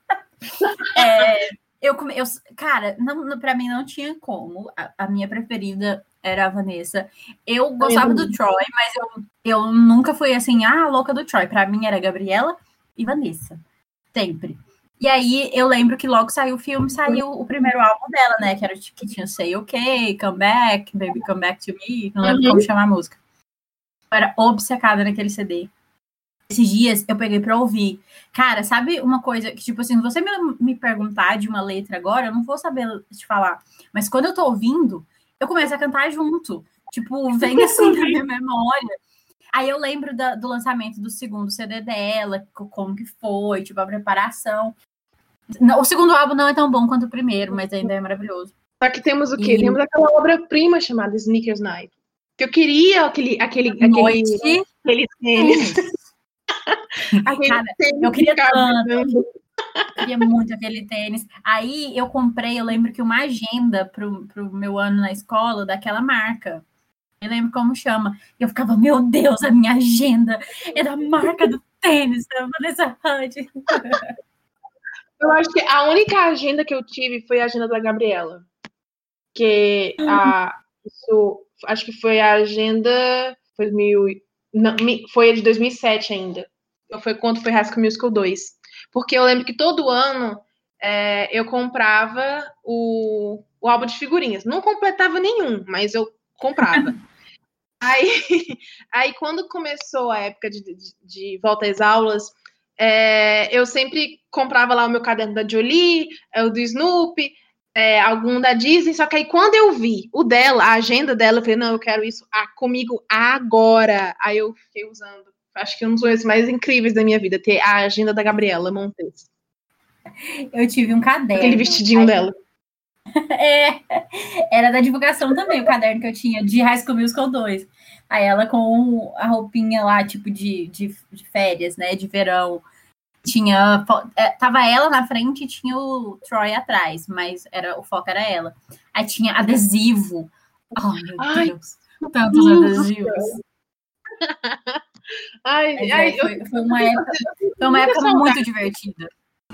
[SPEAKER 2] Cara, para mim não tinha como. A minha preferida era a Vanessa. Eu gostava do Troy, mas eu nunca fui assim, louca do Troy. Para mim era Gabriela e Vanessa. Sempre. E aí eu lembro que logo saiu o filme, saiu o primeiro álbum dela, né? Que tinha Say OK, Come Back, Baby Come Back to Me. Não lembro como chamar a música. Eu era obcecada naquele CD. Esses dias eu peguei pra ouvir. Cara, sabe uma coisa que, tipo assim, se você me perguntar de uma letra agora, eu não vou saber te falar. Mas quando eu tô ouvindo, eu começo a cantar junto. Tipo, vem assim na minha memória. Aí eu lembro do lançamento do segundo CD dela, como que foi, tipo, a preparação. O segundo álbum não é tão bom quanto o primeiro, mas ainda é maravilhoso.
[SPEAKER 1] Só que temos o quê? Temos aquela obra-prima chamada Sneakers Night. Que eu queria aquele tênis.
[SPEAKER 2] Cara, eu queria tanto. Queria muito aquele tênis. Aí eu comprei, eu lembro que uma agenda pro meu ano na escola daquela marca. Eu lembro como chama. E eu ficava, meu Deus, a minha agenda é da marca do tênis da Vanessa Hudgens.
[SPEAKER 1] Eu acho que a única agenda que eu tive foi a agenda da Gabriela. Que acho que foi a agenda foi a de 2007 ainda. Foi quando foi High School Musical 2. Porque eu lembro que todo ano eu comprava o álbum de figurinhas. Não completava nenhum, mas eu comprava. Aí quando começou a época de volta às aulas, eu sempre comprava lá o meu caderno da Jolie, o do Snoopy, algum da Disney, só que aí quando eu vi o dela, a agenda dela, eu falei, não, eu quero isso comigo agora. Aí eu fiquei usando. Acho que um dos coisas mais incríveis da minha vida, ter a agenda da Gabriela Montes.
[SPEAKER 2] Eu tive um caderno.
[SPEAKER 1] Aquele vestidinho dela.
[SPEAKER 2] Era da divulgação também, o caderno que eu tinha de High School Musical 2. Aí ela com a roupinha lá, tipo de férias, né, de verão. Tava ela na frente e tinha o Troy atrás, mas o foco era ela. Aí tinha adesivo. Oh, meu Deus. Tantos adesivos. Foi uma época muito divertida.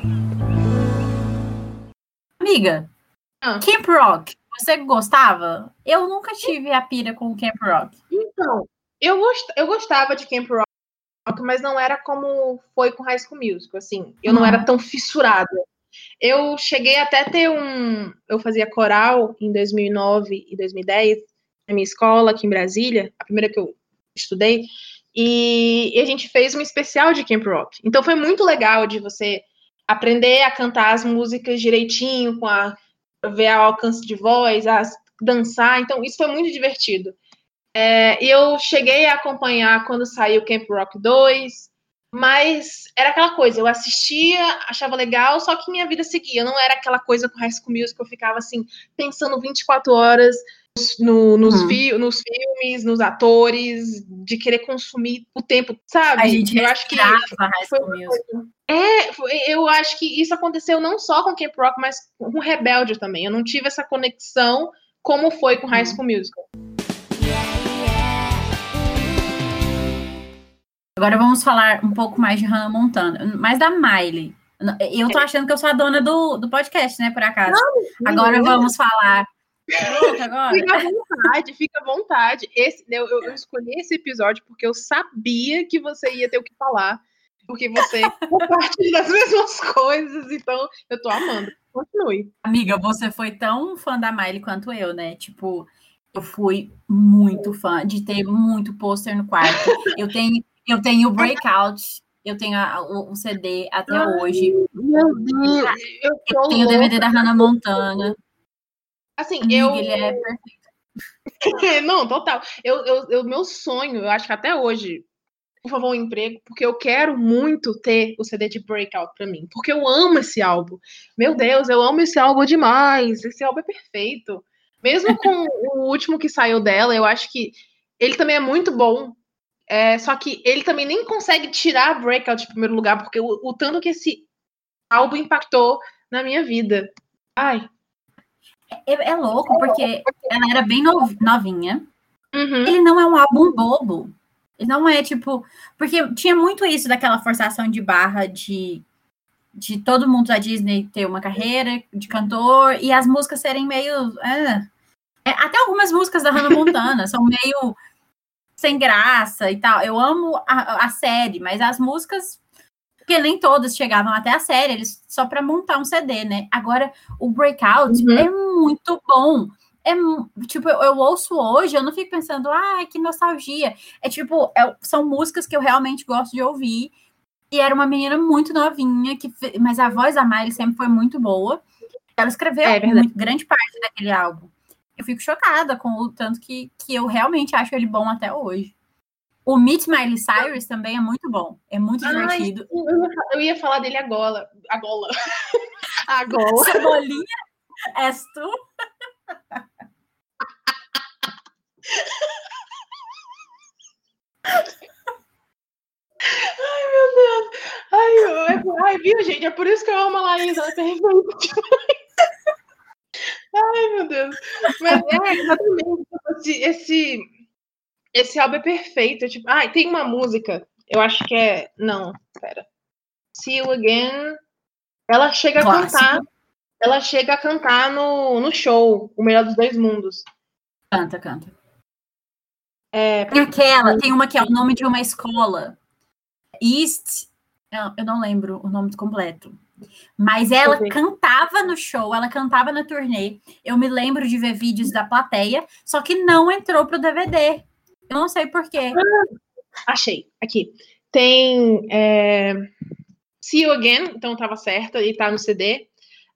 [SPEAKER 2] Amiga, Camp Rock, você gostava? Eu nunca tive a pira com Camp Rock.
[SPEAKER 1] Então, eu gostava de Camp Rock, mas não era como foi com High School Musical, assim. Eu não era tão fissurada. Eu cheguei até a ter eu fazia coral em 2009 e 2010 na minha escola aqui em Brasília, a primeira que eu estudei, e a gente fez um especial de Camp Rock. Então foi muito legal de você aprender a cantar as músicas direitinho, ver o alcance de voz, dançar. Então isso foi muito divertido. E eu cheguei a acompanhar quando saiu Camp Rock 2, mas era aquela coisa, eu assistia, achava legal, só que minha vida seguia. Não era aquela coisa com High School Musical, eu ficava assim, pensando 24 horas nos filmes, nos atores, de querer consumir o tempo, sabe?
[SPEAKER 2] A gente
[SPEAKER 1] eu acho que
[SPEAKER 2] High School Musical.
[SPEAKER 1] Eu acho que isso aconteceu não só com Camp Rock, mas com Rebelde também. Eu não tive essa conexão como foi com High School Musical.
[SPEAKER 2] Agora vamos falar um pouco mais de Hannah Montana, mais da Miley. Eu tô achando que eu sou a dona do podcast, né, por acaso. Não, agora vamos falar. Agora.
[SPEAKER 1] Fica à vontade. Eu escolhi esse episódio porque eu sabia que você ia ter o que falar, porque você compartilha das mesmas coisas, então eu tô amando. Continue.
[SPEAKER 2] Amiga, você foi tão fã da Miley quanto eu, né? Tipo, eu fui muito fã de ter muito pôster no quarto. Eu tenho o Breakout, eu tenho o CD até hoje.
[SPEAKER 1] Meu Deus!
[SPEAKER 2] Eu tenho o DVD da Hannah Montana.
[SPEAKER 1] Assim,
[SPEAKER 2] amiga, ele é perfeito.
[SPEAKER 1] Não, total. Meu sonho, eu acho que até hoje, por favor, um emprego, porque eu quero muito ter o CD de Breakout pra mim, porque eu amo esse álbum. Meu Deus, eu amo esse álbum demais. Esse álbum é perfeito. Mesmo com o último que saiu dela, eu acho que ele também é muito bom. Só que ele também nem consegue tirar a Breakout de primeiro lugar, porque o tanto que esse álbum impactou na minha vida. Ai.
[SPEAKER 2] É louco, porque ela era bem novinha.
[SPEAKER 1] Uhum.
[SPEAKER 2] Ele não é um álbum bobo. Ele não é, tipo... Porque tinha muito isso daquela forçação de barra de todo mundo da Disney ter uma carreira de cantor e as músicas serem meio... até algumas músicas da Hannah Montana são meio... sem graça e tal. Eu amo a série, mas as músicas, porque nem todas chegavam até a série, eles só para montar um CD, né? Agora, o Breakout é muito bom. Tipo, eu ouço hoje, eu não fico pensando, que nostalgia. Tipo, são músicas que eu realmente gosto de ouvir. E era uma menina muito novinha, mas a voz da Miley sempre foi muito boa. Ela escreveu grande parte daquele álbum. Eu fico chocada com o tanto que eu realmente acho ele bom até hoje. O Meet Miley Cyrus também é muito bom. É muito divertido.
[SPEAKER 1] Eu ia falar dele agora. Agora.
[SPEAKER 2] Cebolinha, és tu?
[SPEAKER 1] Ai, meu Deus. Ai, viu, gente? É por isso que eu amo a Laís. Ela é perfeita. Ai, meu Deus. Mas exatamente. Esse álbum é perfeito. Tipo, tem uma música. Eu acho que é. Não, pera. See You Again. Ela chega a cantar. Ela chega a cantar no show, O Melhor dos Dois Mundos.
[SPEAKER 2] Canta. Tem uma que é o nome de uma escola. East. Eu não lembro o nome completo. Mas ela cantava no show, ela cantava na turnê. Eu me lembro de ver vídeos da plateia, só que não entrou pro DVD. Eu não sei por quê.
[SPEAKER 1] Achei, aqui. Tem See You Again, então tava certa, e tá no CD.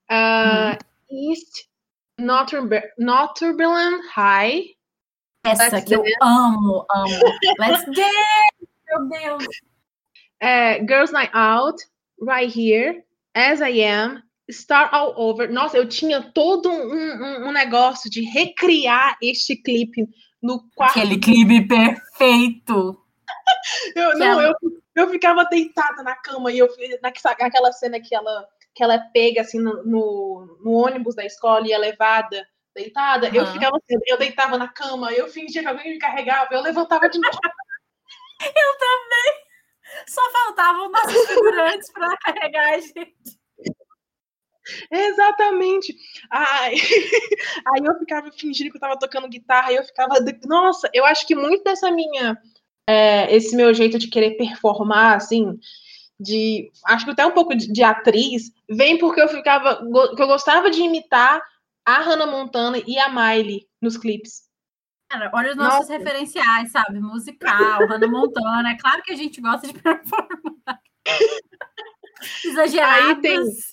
[SPEAKER 1] East Northumberland High.
[SPEAKER 2] Essa
[SPEAKER 1] Let's
[SPEAKER 2] que eu amo. Let's Dance! Meu Deus!
[SPEAKER 1] Girls Night Out, Right Here, As I Am, Start All Over. Nossa, eu tinha todo um negócio de recriar este clipe no quarto.
[SPEAKER 2] Aquele clipe perfeito.
[SPEAKER 1] Eu ficava deitada na cama e naquela cena que ela é pega assim no ônibus da escola e é levada deitada. Eu deitava na cama, eu fingia que alguém me carregava, eu levantava de novo.
[SPEAKER 2] Eu também. Só faltavam nossos figurantes para carregar a gente.
[SPEAKER 1] Exatamente. Aí eu ficava fingindo que eu tava tocando guitarra e eu ficava... Nossa, eu acho que muito dessa esse meu jeito de querer performar, assim, acho que até um pouco de atriz, vem porque que eu gostava de imitar a Hannah Montana e a Miley nos clipes.
[SPEAKER 2] Cara, olha os nossos referenciais, sabe? Musical, Hannah Montana. É claro que a gente gosta de performar. Exagerados.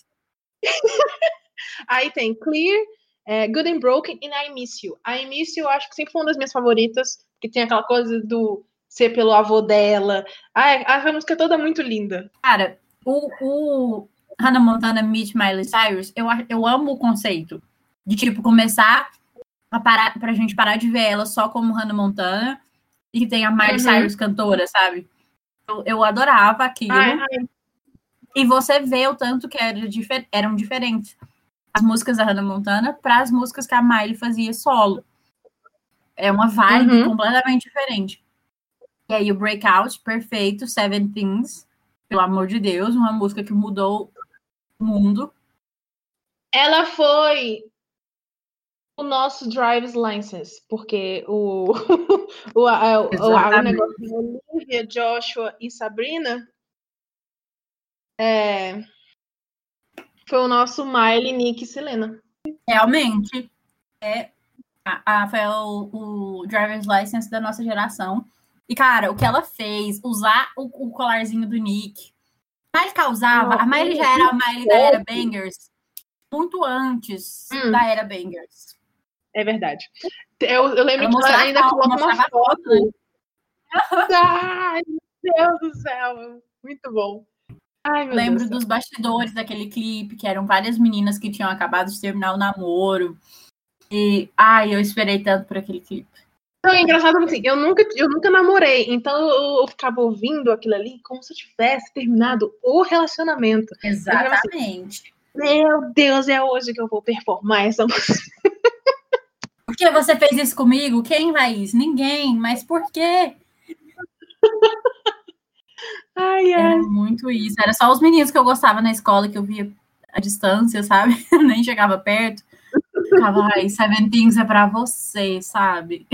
[SPEAKER 1] Aí tem Clear, Good and Broken e I Miss You. I Miss You eu acho que sempre foi uma das minhas favoritas, porque tem aquela coisa do ser pelo avô dela. A música é toda muito linda.
[SPEAKER 2] Cara, o Hannah Montana Meet Miley Cyrus, eu amo o conceito de, tipo, começar pra gente parar de ver ela só como Hannah Montana e tem a Miley Cyrus cantora, sabe? Eu adorava aquilo. E você vê o tanto que eram diferentes as músicas da Hannah Montana para as músicas que a Miley fazia solo. É uma vibe completamente diferente. E aí o Breakout, perfeito, Seven Things, pelo amor de Deus, uma música que mudou o mundo.
[SPEAKER 1] Ela foi o nosso driver's license, porque o negócio de Olivia, Joshua e Sabrina foi o nosso Miley, Nick e Selena.
[SPEAKER 2] Realmente, foi o driver's license da nossa geração. E, cara, o que ela fez, usar o colarzinho do Nick, mais causava, a Miley já era a Miley da Era Bangers, muito antes da Era Bangers.
[SPEAKER 1] É verdade. Eu lembro que ela ainda coloca uma foto. Né? Ai, meu Deus do céu. Muito bom. Ai, meu
[SPEAKER 2] lembro
[SPEAKER 1] Deus
[SPEAKER 2] dos bastidores daquele clipe, que eram várias meninas que tinham acabado de terminar o namoro. E, eu esperei tanto por aquele clipe.
[SPEAKER 1] Não, é engraçado assim, eu nunca namorei, então eu ficava ouvindo aquilo ali como se eu tivesse terminado o relacionamento.
[SPEAKER 2] Exatamente.
[SPEAKER 1] Assim, meu Deus, é hoje que eu vou performar essa música.
[SPEAKER 2] Por que você fez isso comigo? Quem, Laís? Ninguém. Mas por quê? Era muito isso. Era só os meninos que eu gostava na escola, que eu via à distância, sabe? Nem chegava perto. Ficava, Seven Things é pra você, sabe?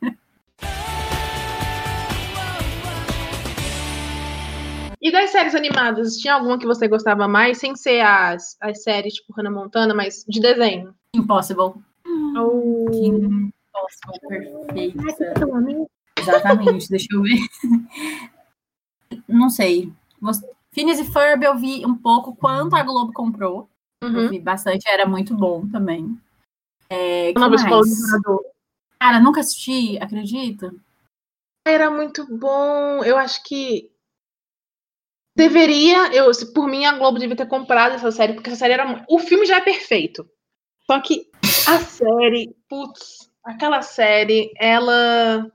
[SPEAKER 1] E das séries animadas, tinha alguma que você gostava mais, sem ser as séries tipo Hannah Montana, mas de desenho?
[SPEAKER 2] Impossible. Impossible, perfeita. Exatamente, deixa eu ver. Não sei. Phineas e Ferb eu vi um pouco quanto a Globo comprou. Eu vi bastante, era muito bom também. Que
[SPEAKER 1] Nova Escola do
[SPEAKER 2] Imperador. Cara, nunca assisti, acredita?
[SPEAKER 1] Era muito bom. Eu acho que deveria, por mim, a Globo devia ter comprado essa série, porque essa série era... O filme já é perfeito. Só que a série, aquela série, ela...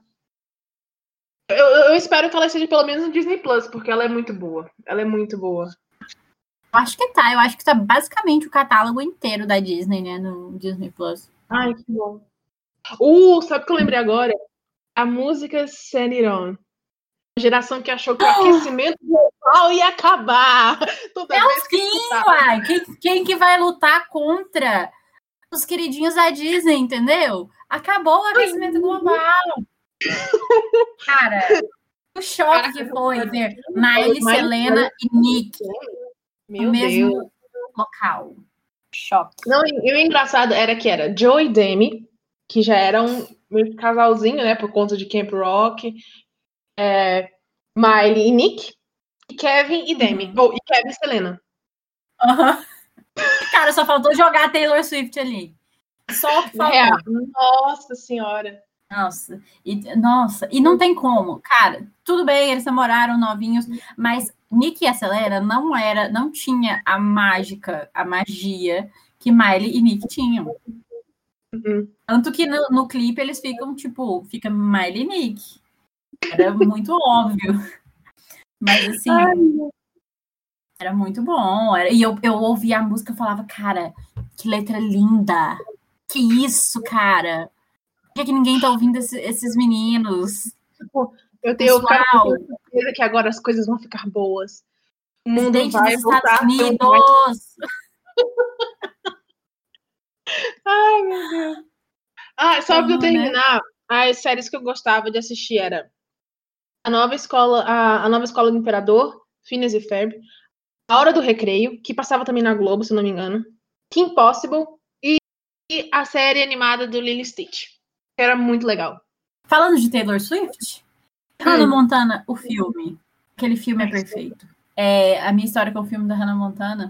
[SPEAKER 1] Eu espero que ela seja pelo menos no Disney Plus, porque ela é muito boa. Ela é muito boa.
[SPEAKER 2] Eu acho que tá. Eu acho que tá basicamente o catálogo inteiro da Disney, né? No Disney Plus.
[SPEAKER 1] Ai, que bom. Sabe o que eu lembrei agora? A música Send It On. A geração que achou que o aquecimento global ia acabar.
[SPEAKER 2] Uai. Quem que vai lutar contra os queridinhos da Disney, entendeu? Acabou o aquecimento global. Cara, o choque que foi ver Miley, Selena e Nick no mesmo local. Choque.
[SPEAKER 1] Não, e o engraçado era que era Joe e Demi, que já eram meio casalzinho, né, por conta de Camp Rock, Miley e Nick, E Kevin e Demi. Ou e Kevin e Selena.
[SPEAKER 2] Cara, só faltou jogar a Taylor Swift ali. Só o que faltou.
[SPEAKER 1] Real. Nossa senhora.
[SPEAKER 2] Nossa, e não tem como. Cara, tudo bem, eles namoraram novinhos, mas Nick e a Selena não tinha a magia que Miley e Nick tinham. Tanto que no clipe eles ficam, tipo, fica Miley e Nick. Era muito óbvio. Mas, assim, era muito bom. E eu ouvia a música e falava, cara, que letra linda. Que isso, cara? Por que ninguém tá ouvindo esses meninos?
[SPEAKER 1] Tipo, eu tenho certeza que agora as coisas vão ficar boas. O mundo vai voltar.
[SPEAKER 2] Estados Unidos.
[SPEAKER 1] Ai, meu Deus. Só pra eu terminar, as séries que eu gostava de assistir era a nova escola do Imperador, Phineas e Ferb, A Hora do Recreio, que passava também na Globo, se não me engano, Kim Possible e a série animada do Lilo e Stitch, que era muito legal.
[SPEAKER 2] Falando de Taylor Swift, Hannah Montana, o filme. Aquele filme é perfeito. A minha história com o filme da Hannah Montana,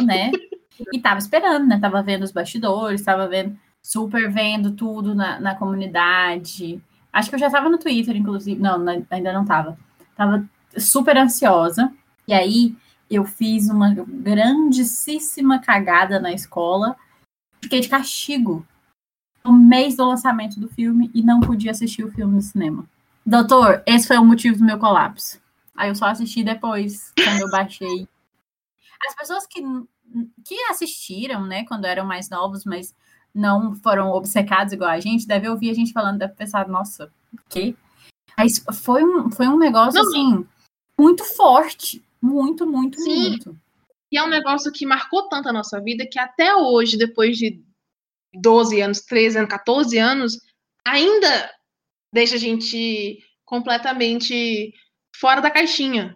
[SPEAKER 2] e tava esperando, né? Tava vendo os bastidores, tava vendo tudo na comunidade. Acho que eu já tava no Twitter, inclusive. Não, ainda não tava. Tava super ansiosa. E aí, eu fiz uma grandíssima cagada na escola. Fiquei de castigo no mês do lançamento do filme e não podia assistir o filme no cinema. Doutor, esse foi o motivo do meu colapso. Aí eu só assisti depois, quando eu baixei. As pessoas que assistiram, né, quando eram mais novos, mas não foram obcecados igual a gente, deve ouvir a gente falando, deve pensar, nossa, o quê? Mas foi um negócio, assim, muito forte. Muito, muito, muito.
[SPEAKER 1] E é um negócio que marcou tanto a nossa vida que até hoje, depois de 12 anos, 13 anos, 14 anos, ainda deixa a gente completamente fora da caixinha.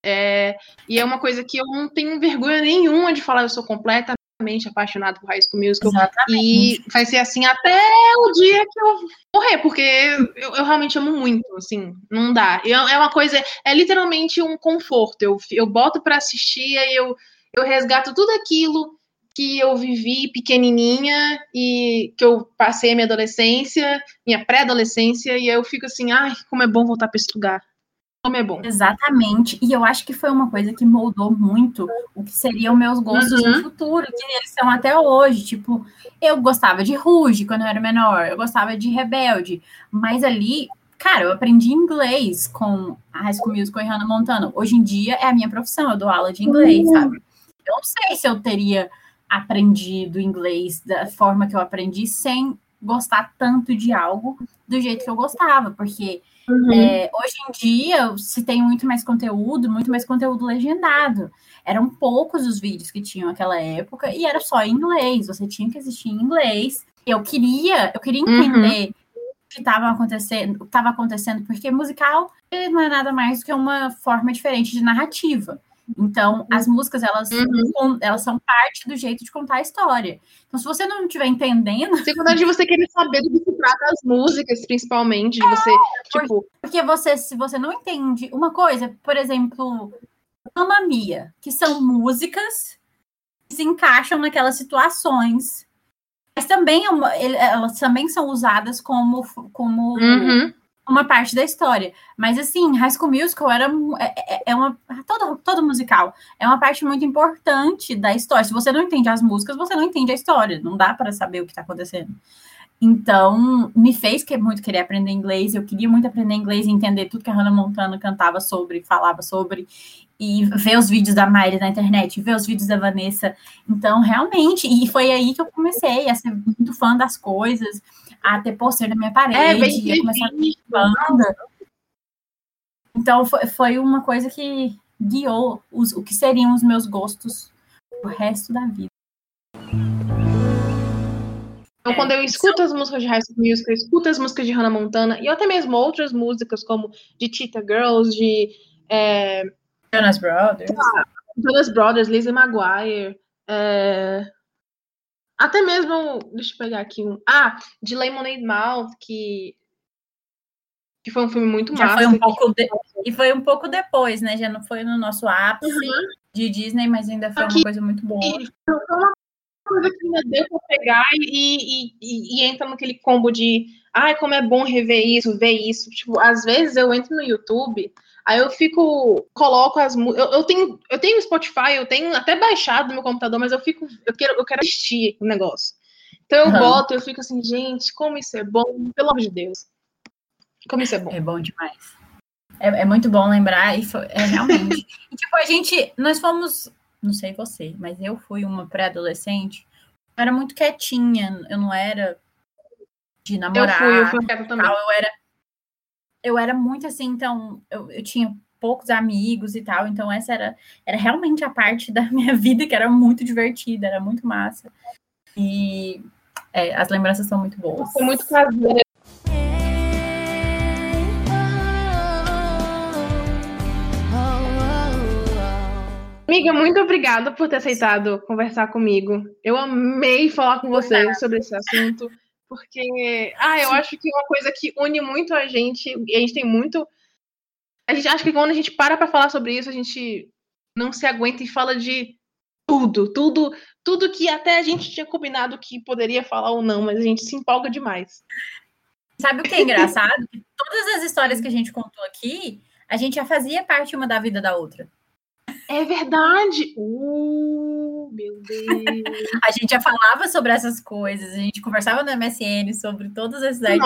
[SPEAKER 1] E é uma coisa que eu não tenho vergonha nenhuma de falar, eu sou completamente apaixonada por High School Musical.
[SPEAKER 2] Exatamente.
[SPEAKER 1] E vai ser assim até o dia que eu morrer, porque eu realmente amo muito, assim, não dá. É uma coisa, é literalmente um conforto. Eu boto pra assistir e eu resgato tudo aquilo que eu vivi pequenininha e que eu passei a minha adolescência, minha pré-adolescência, e aí eu fico assim, ai, como é bom voltar pra esse lugar. Como é bom.
[SPEAKER 2] Exatamente. E eu acho que foi uma coisa que moldou muito o que seriam meus gostos no futuro, que eles são até hoje. Tipo, eu gostava de Rouge quando eu era menor, eu gostava de Rebelde, mas ali, cara, eu aprendi inglês com a High School Musical e Hannah Montana. Hoje em dia é a minha profissão, eu dou aula de inglês, sabe? Eu não sei se eu teria aprendido inglês da forma que eu aprendi sem gostar tanto de algo do jeito que eu gostava, porque hoje em dia se tem muito mais conteúdo legendado. Eram poucos os vídeos que tinham naquela época e era só em inglês, você tinha que assistir em inglês. Eu queria entender o que estava acontecendo, porque musical não é nada mais do que uma forma diferente de narrativa. Então, as músicas, elas são parte do jeito de contar a história. Então, se você não estiver entendendo...
[SPEAKER 1] Sem contar de você querer saber do que se trata as músicas, principalmente, de você, tipo...
[SPEAKER 2] Porque se você não entende uma coisa, por exemplo, Mamma Mia, que são músicas que se encaixam naquelas situações, mas também elas também são usadas como uma parte da história. Mas, assim, High School Musical todo musical é uma parte muito importante da história. Se você não entende as músicas, você não entende a história. Não dá para saber o que está acontecendo. Então, me fez muito querer aprender inglês. Eu queria muito aprender inglês e entender tudo que a Hannah Montana cantava sobre, falava sobre, e ver os vídeos da Miley na internet, ver os vídeos da Vanessa. Então, realmente, e foi aí que eu comecei a ser muito fã das coisas, a ter pôster na minha parede, a começar a ver banda. Então, foi uma coisa que guiou o que seriam os meus gostos o resto da vida.
[SPEAKER 1] Então, quando eu escuto as músicas de High School Musical, eu escuto as músicas de Hannah Montana, e até mesmo outras músicas, como de Cheetah Girls, de...
[SPEAKER 2] Jonas Brothers,
[SPEAKER 1] Lizzie McGuire, até mesmo, deixa eu pegar aqui de Lemonade Mouth, que que foi um filme muito
[SPEAKER 2] Já
[SPEAKER 1] massa.
[SPEAKER 2] foi um pouco E foi um pouco depois, né? Já não foi no nosso ápice de Disney, mas ainda foi uma coisa muito boa.
[SPEAKER 1] Foi uma coisa que ainda deu pra pegar e entra naquele combo de ai, como é bom rever isso, ver isso. Tipo, às vezes eu entro no YouTube, aí eu coloco as músicas. Eu tenho Spotify, eu tenho até baixado no meu computador, mas eu quero assistir o negócio. Então eu boto, eu fico assim, gente, como isso é bom, pelo amor de Deus. Como isso é bom.
[SPEAKER 2] É bom demais. É muito bom lembrar, e realmente. E, tipo, nós fomos, não sei você, mas eu fui uma pré-adolescente, eu era muito quietinha, eu não era de namorar.
[SPEAKER 1] Eu fui quieta também.
[SPEAKER 2] Eu era muito assim, então, eu tinha poucos amigos e tal, então essa era realmente a parte da minha vida que era muito divertida, era muito massa. E as lembranças são muito boas.
[SPEAKER 1] Foi muito caseira. Amiga, muito obrigada por ter aceitado conversar comigo. Eu amei falar com você sobre esse assunto, porque eu acho que é uma coisa que une muito a gente, e a gente tem muito. A gente acha que quando a gente para falar sobre isso, a gente não se aguenta e fala de tudo que até a gente tinha combinado que poderia falar ou não, mas a gente se empolga demais.
[SPEAKER 2] Sabe o que é engraçado? Todas as histórias que a gente contou aqui, a gente já fazia parte uma da vida da outra.
[SPEAKER 1] É verdade! Meu Deus!
[SPEAKER 2] A gente já falava sobre essas coisas, a gente conversava no MSN sobre todos esses artistas.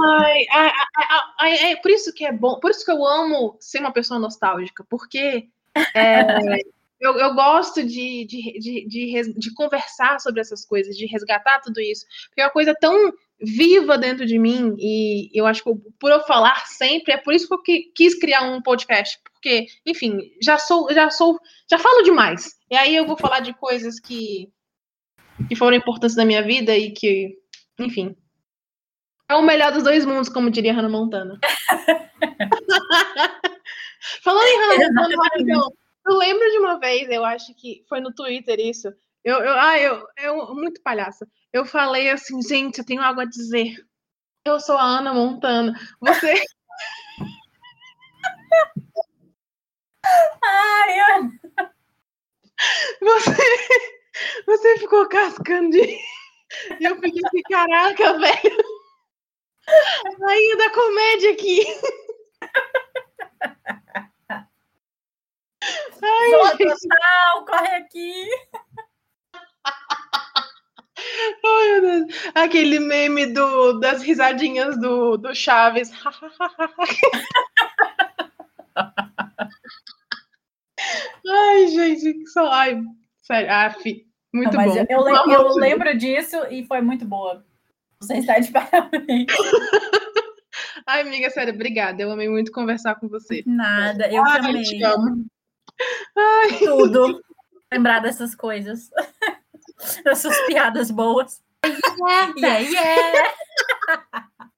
[SPEAKER 1] É por isso que é bom, por isso que eu amo ser uma pessoa nostálgica, porque eu gosto de conversar sobre essas coisas, de resgatar tudo isso, porque é uma coisa tão viva dentro de mim, e eu acho que por eu falar sempre, é por isso que eu quis criar um podcast, porque, enfim, já falo demais, e aí eu vou falar de coisas que foram importantes na minha vida e que, enfim, é o melhor dos dois mundos, como diria Hannah Montana. Falando em Hannah Montana, rapidão, eu lembro de uma vez, eu acho que foi no Twitter isso, eu muito palhaça. Eu falei assim, gente, eu tenho algo a dizer. Eu sou a Hannah Montana. Você... Você ficou cascando de... E eu fiquei assim, caraca, velho. A rainha da comédia aqui.
[SPEAKER 2] Ai, gente. Corre aqui.
[SPEAKER 1] Ai, meu Deus. Aquele meme das risadinhas do Chaves. Ai, gente, que só... Ai, sério, muito bom.
[SPEAKER 2] Eu lembro disso e foi muito boa. Você está de parabéns.
[SPEAKER 1] Ai, amiga, sério, obrigada. Eu amei muito conversar com você.
[SPEAKER 2] Nada, eu também.
[SPEAKER 1] Eu te amo.
[SPEAKER 2] Ai. Tudo. Lembrar dessas coisas. Dessas piadas boas. Yeah.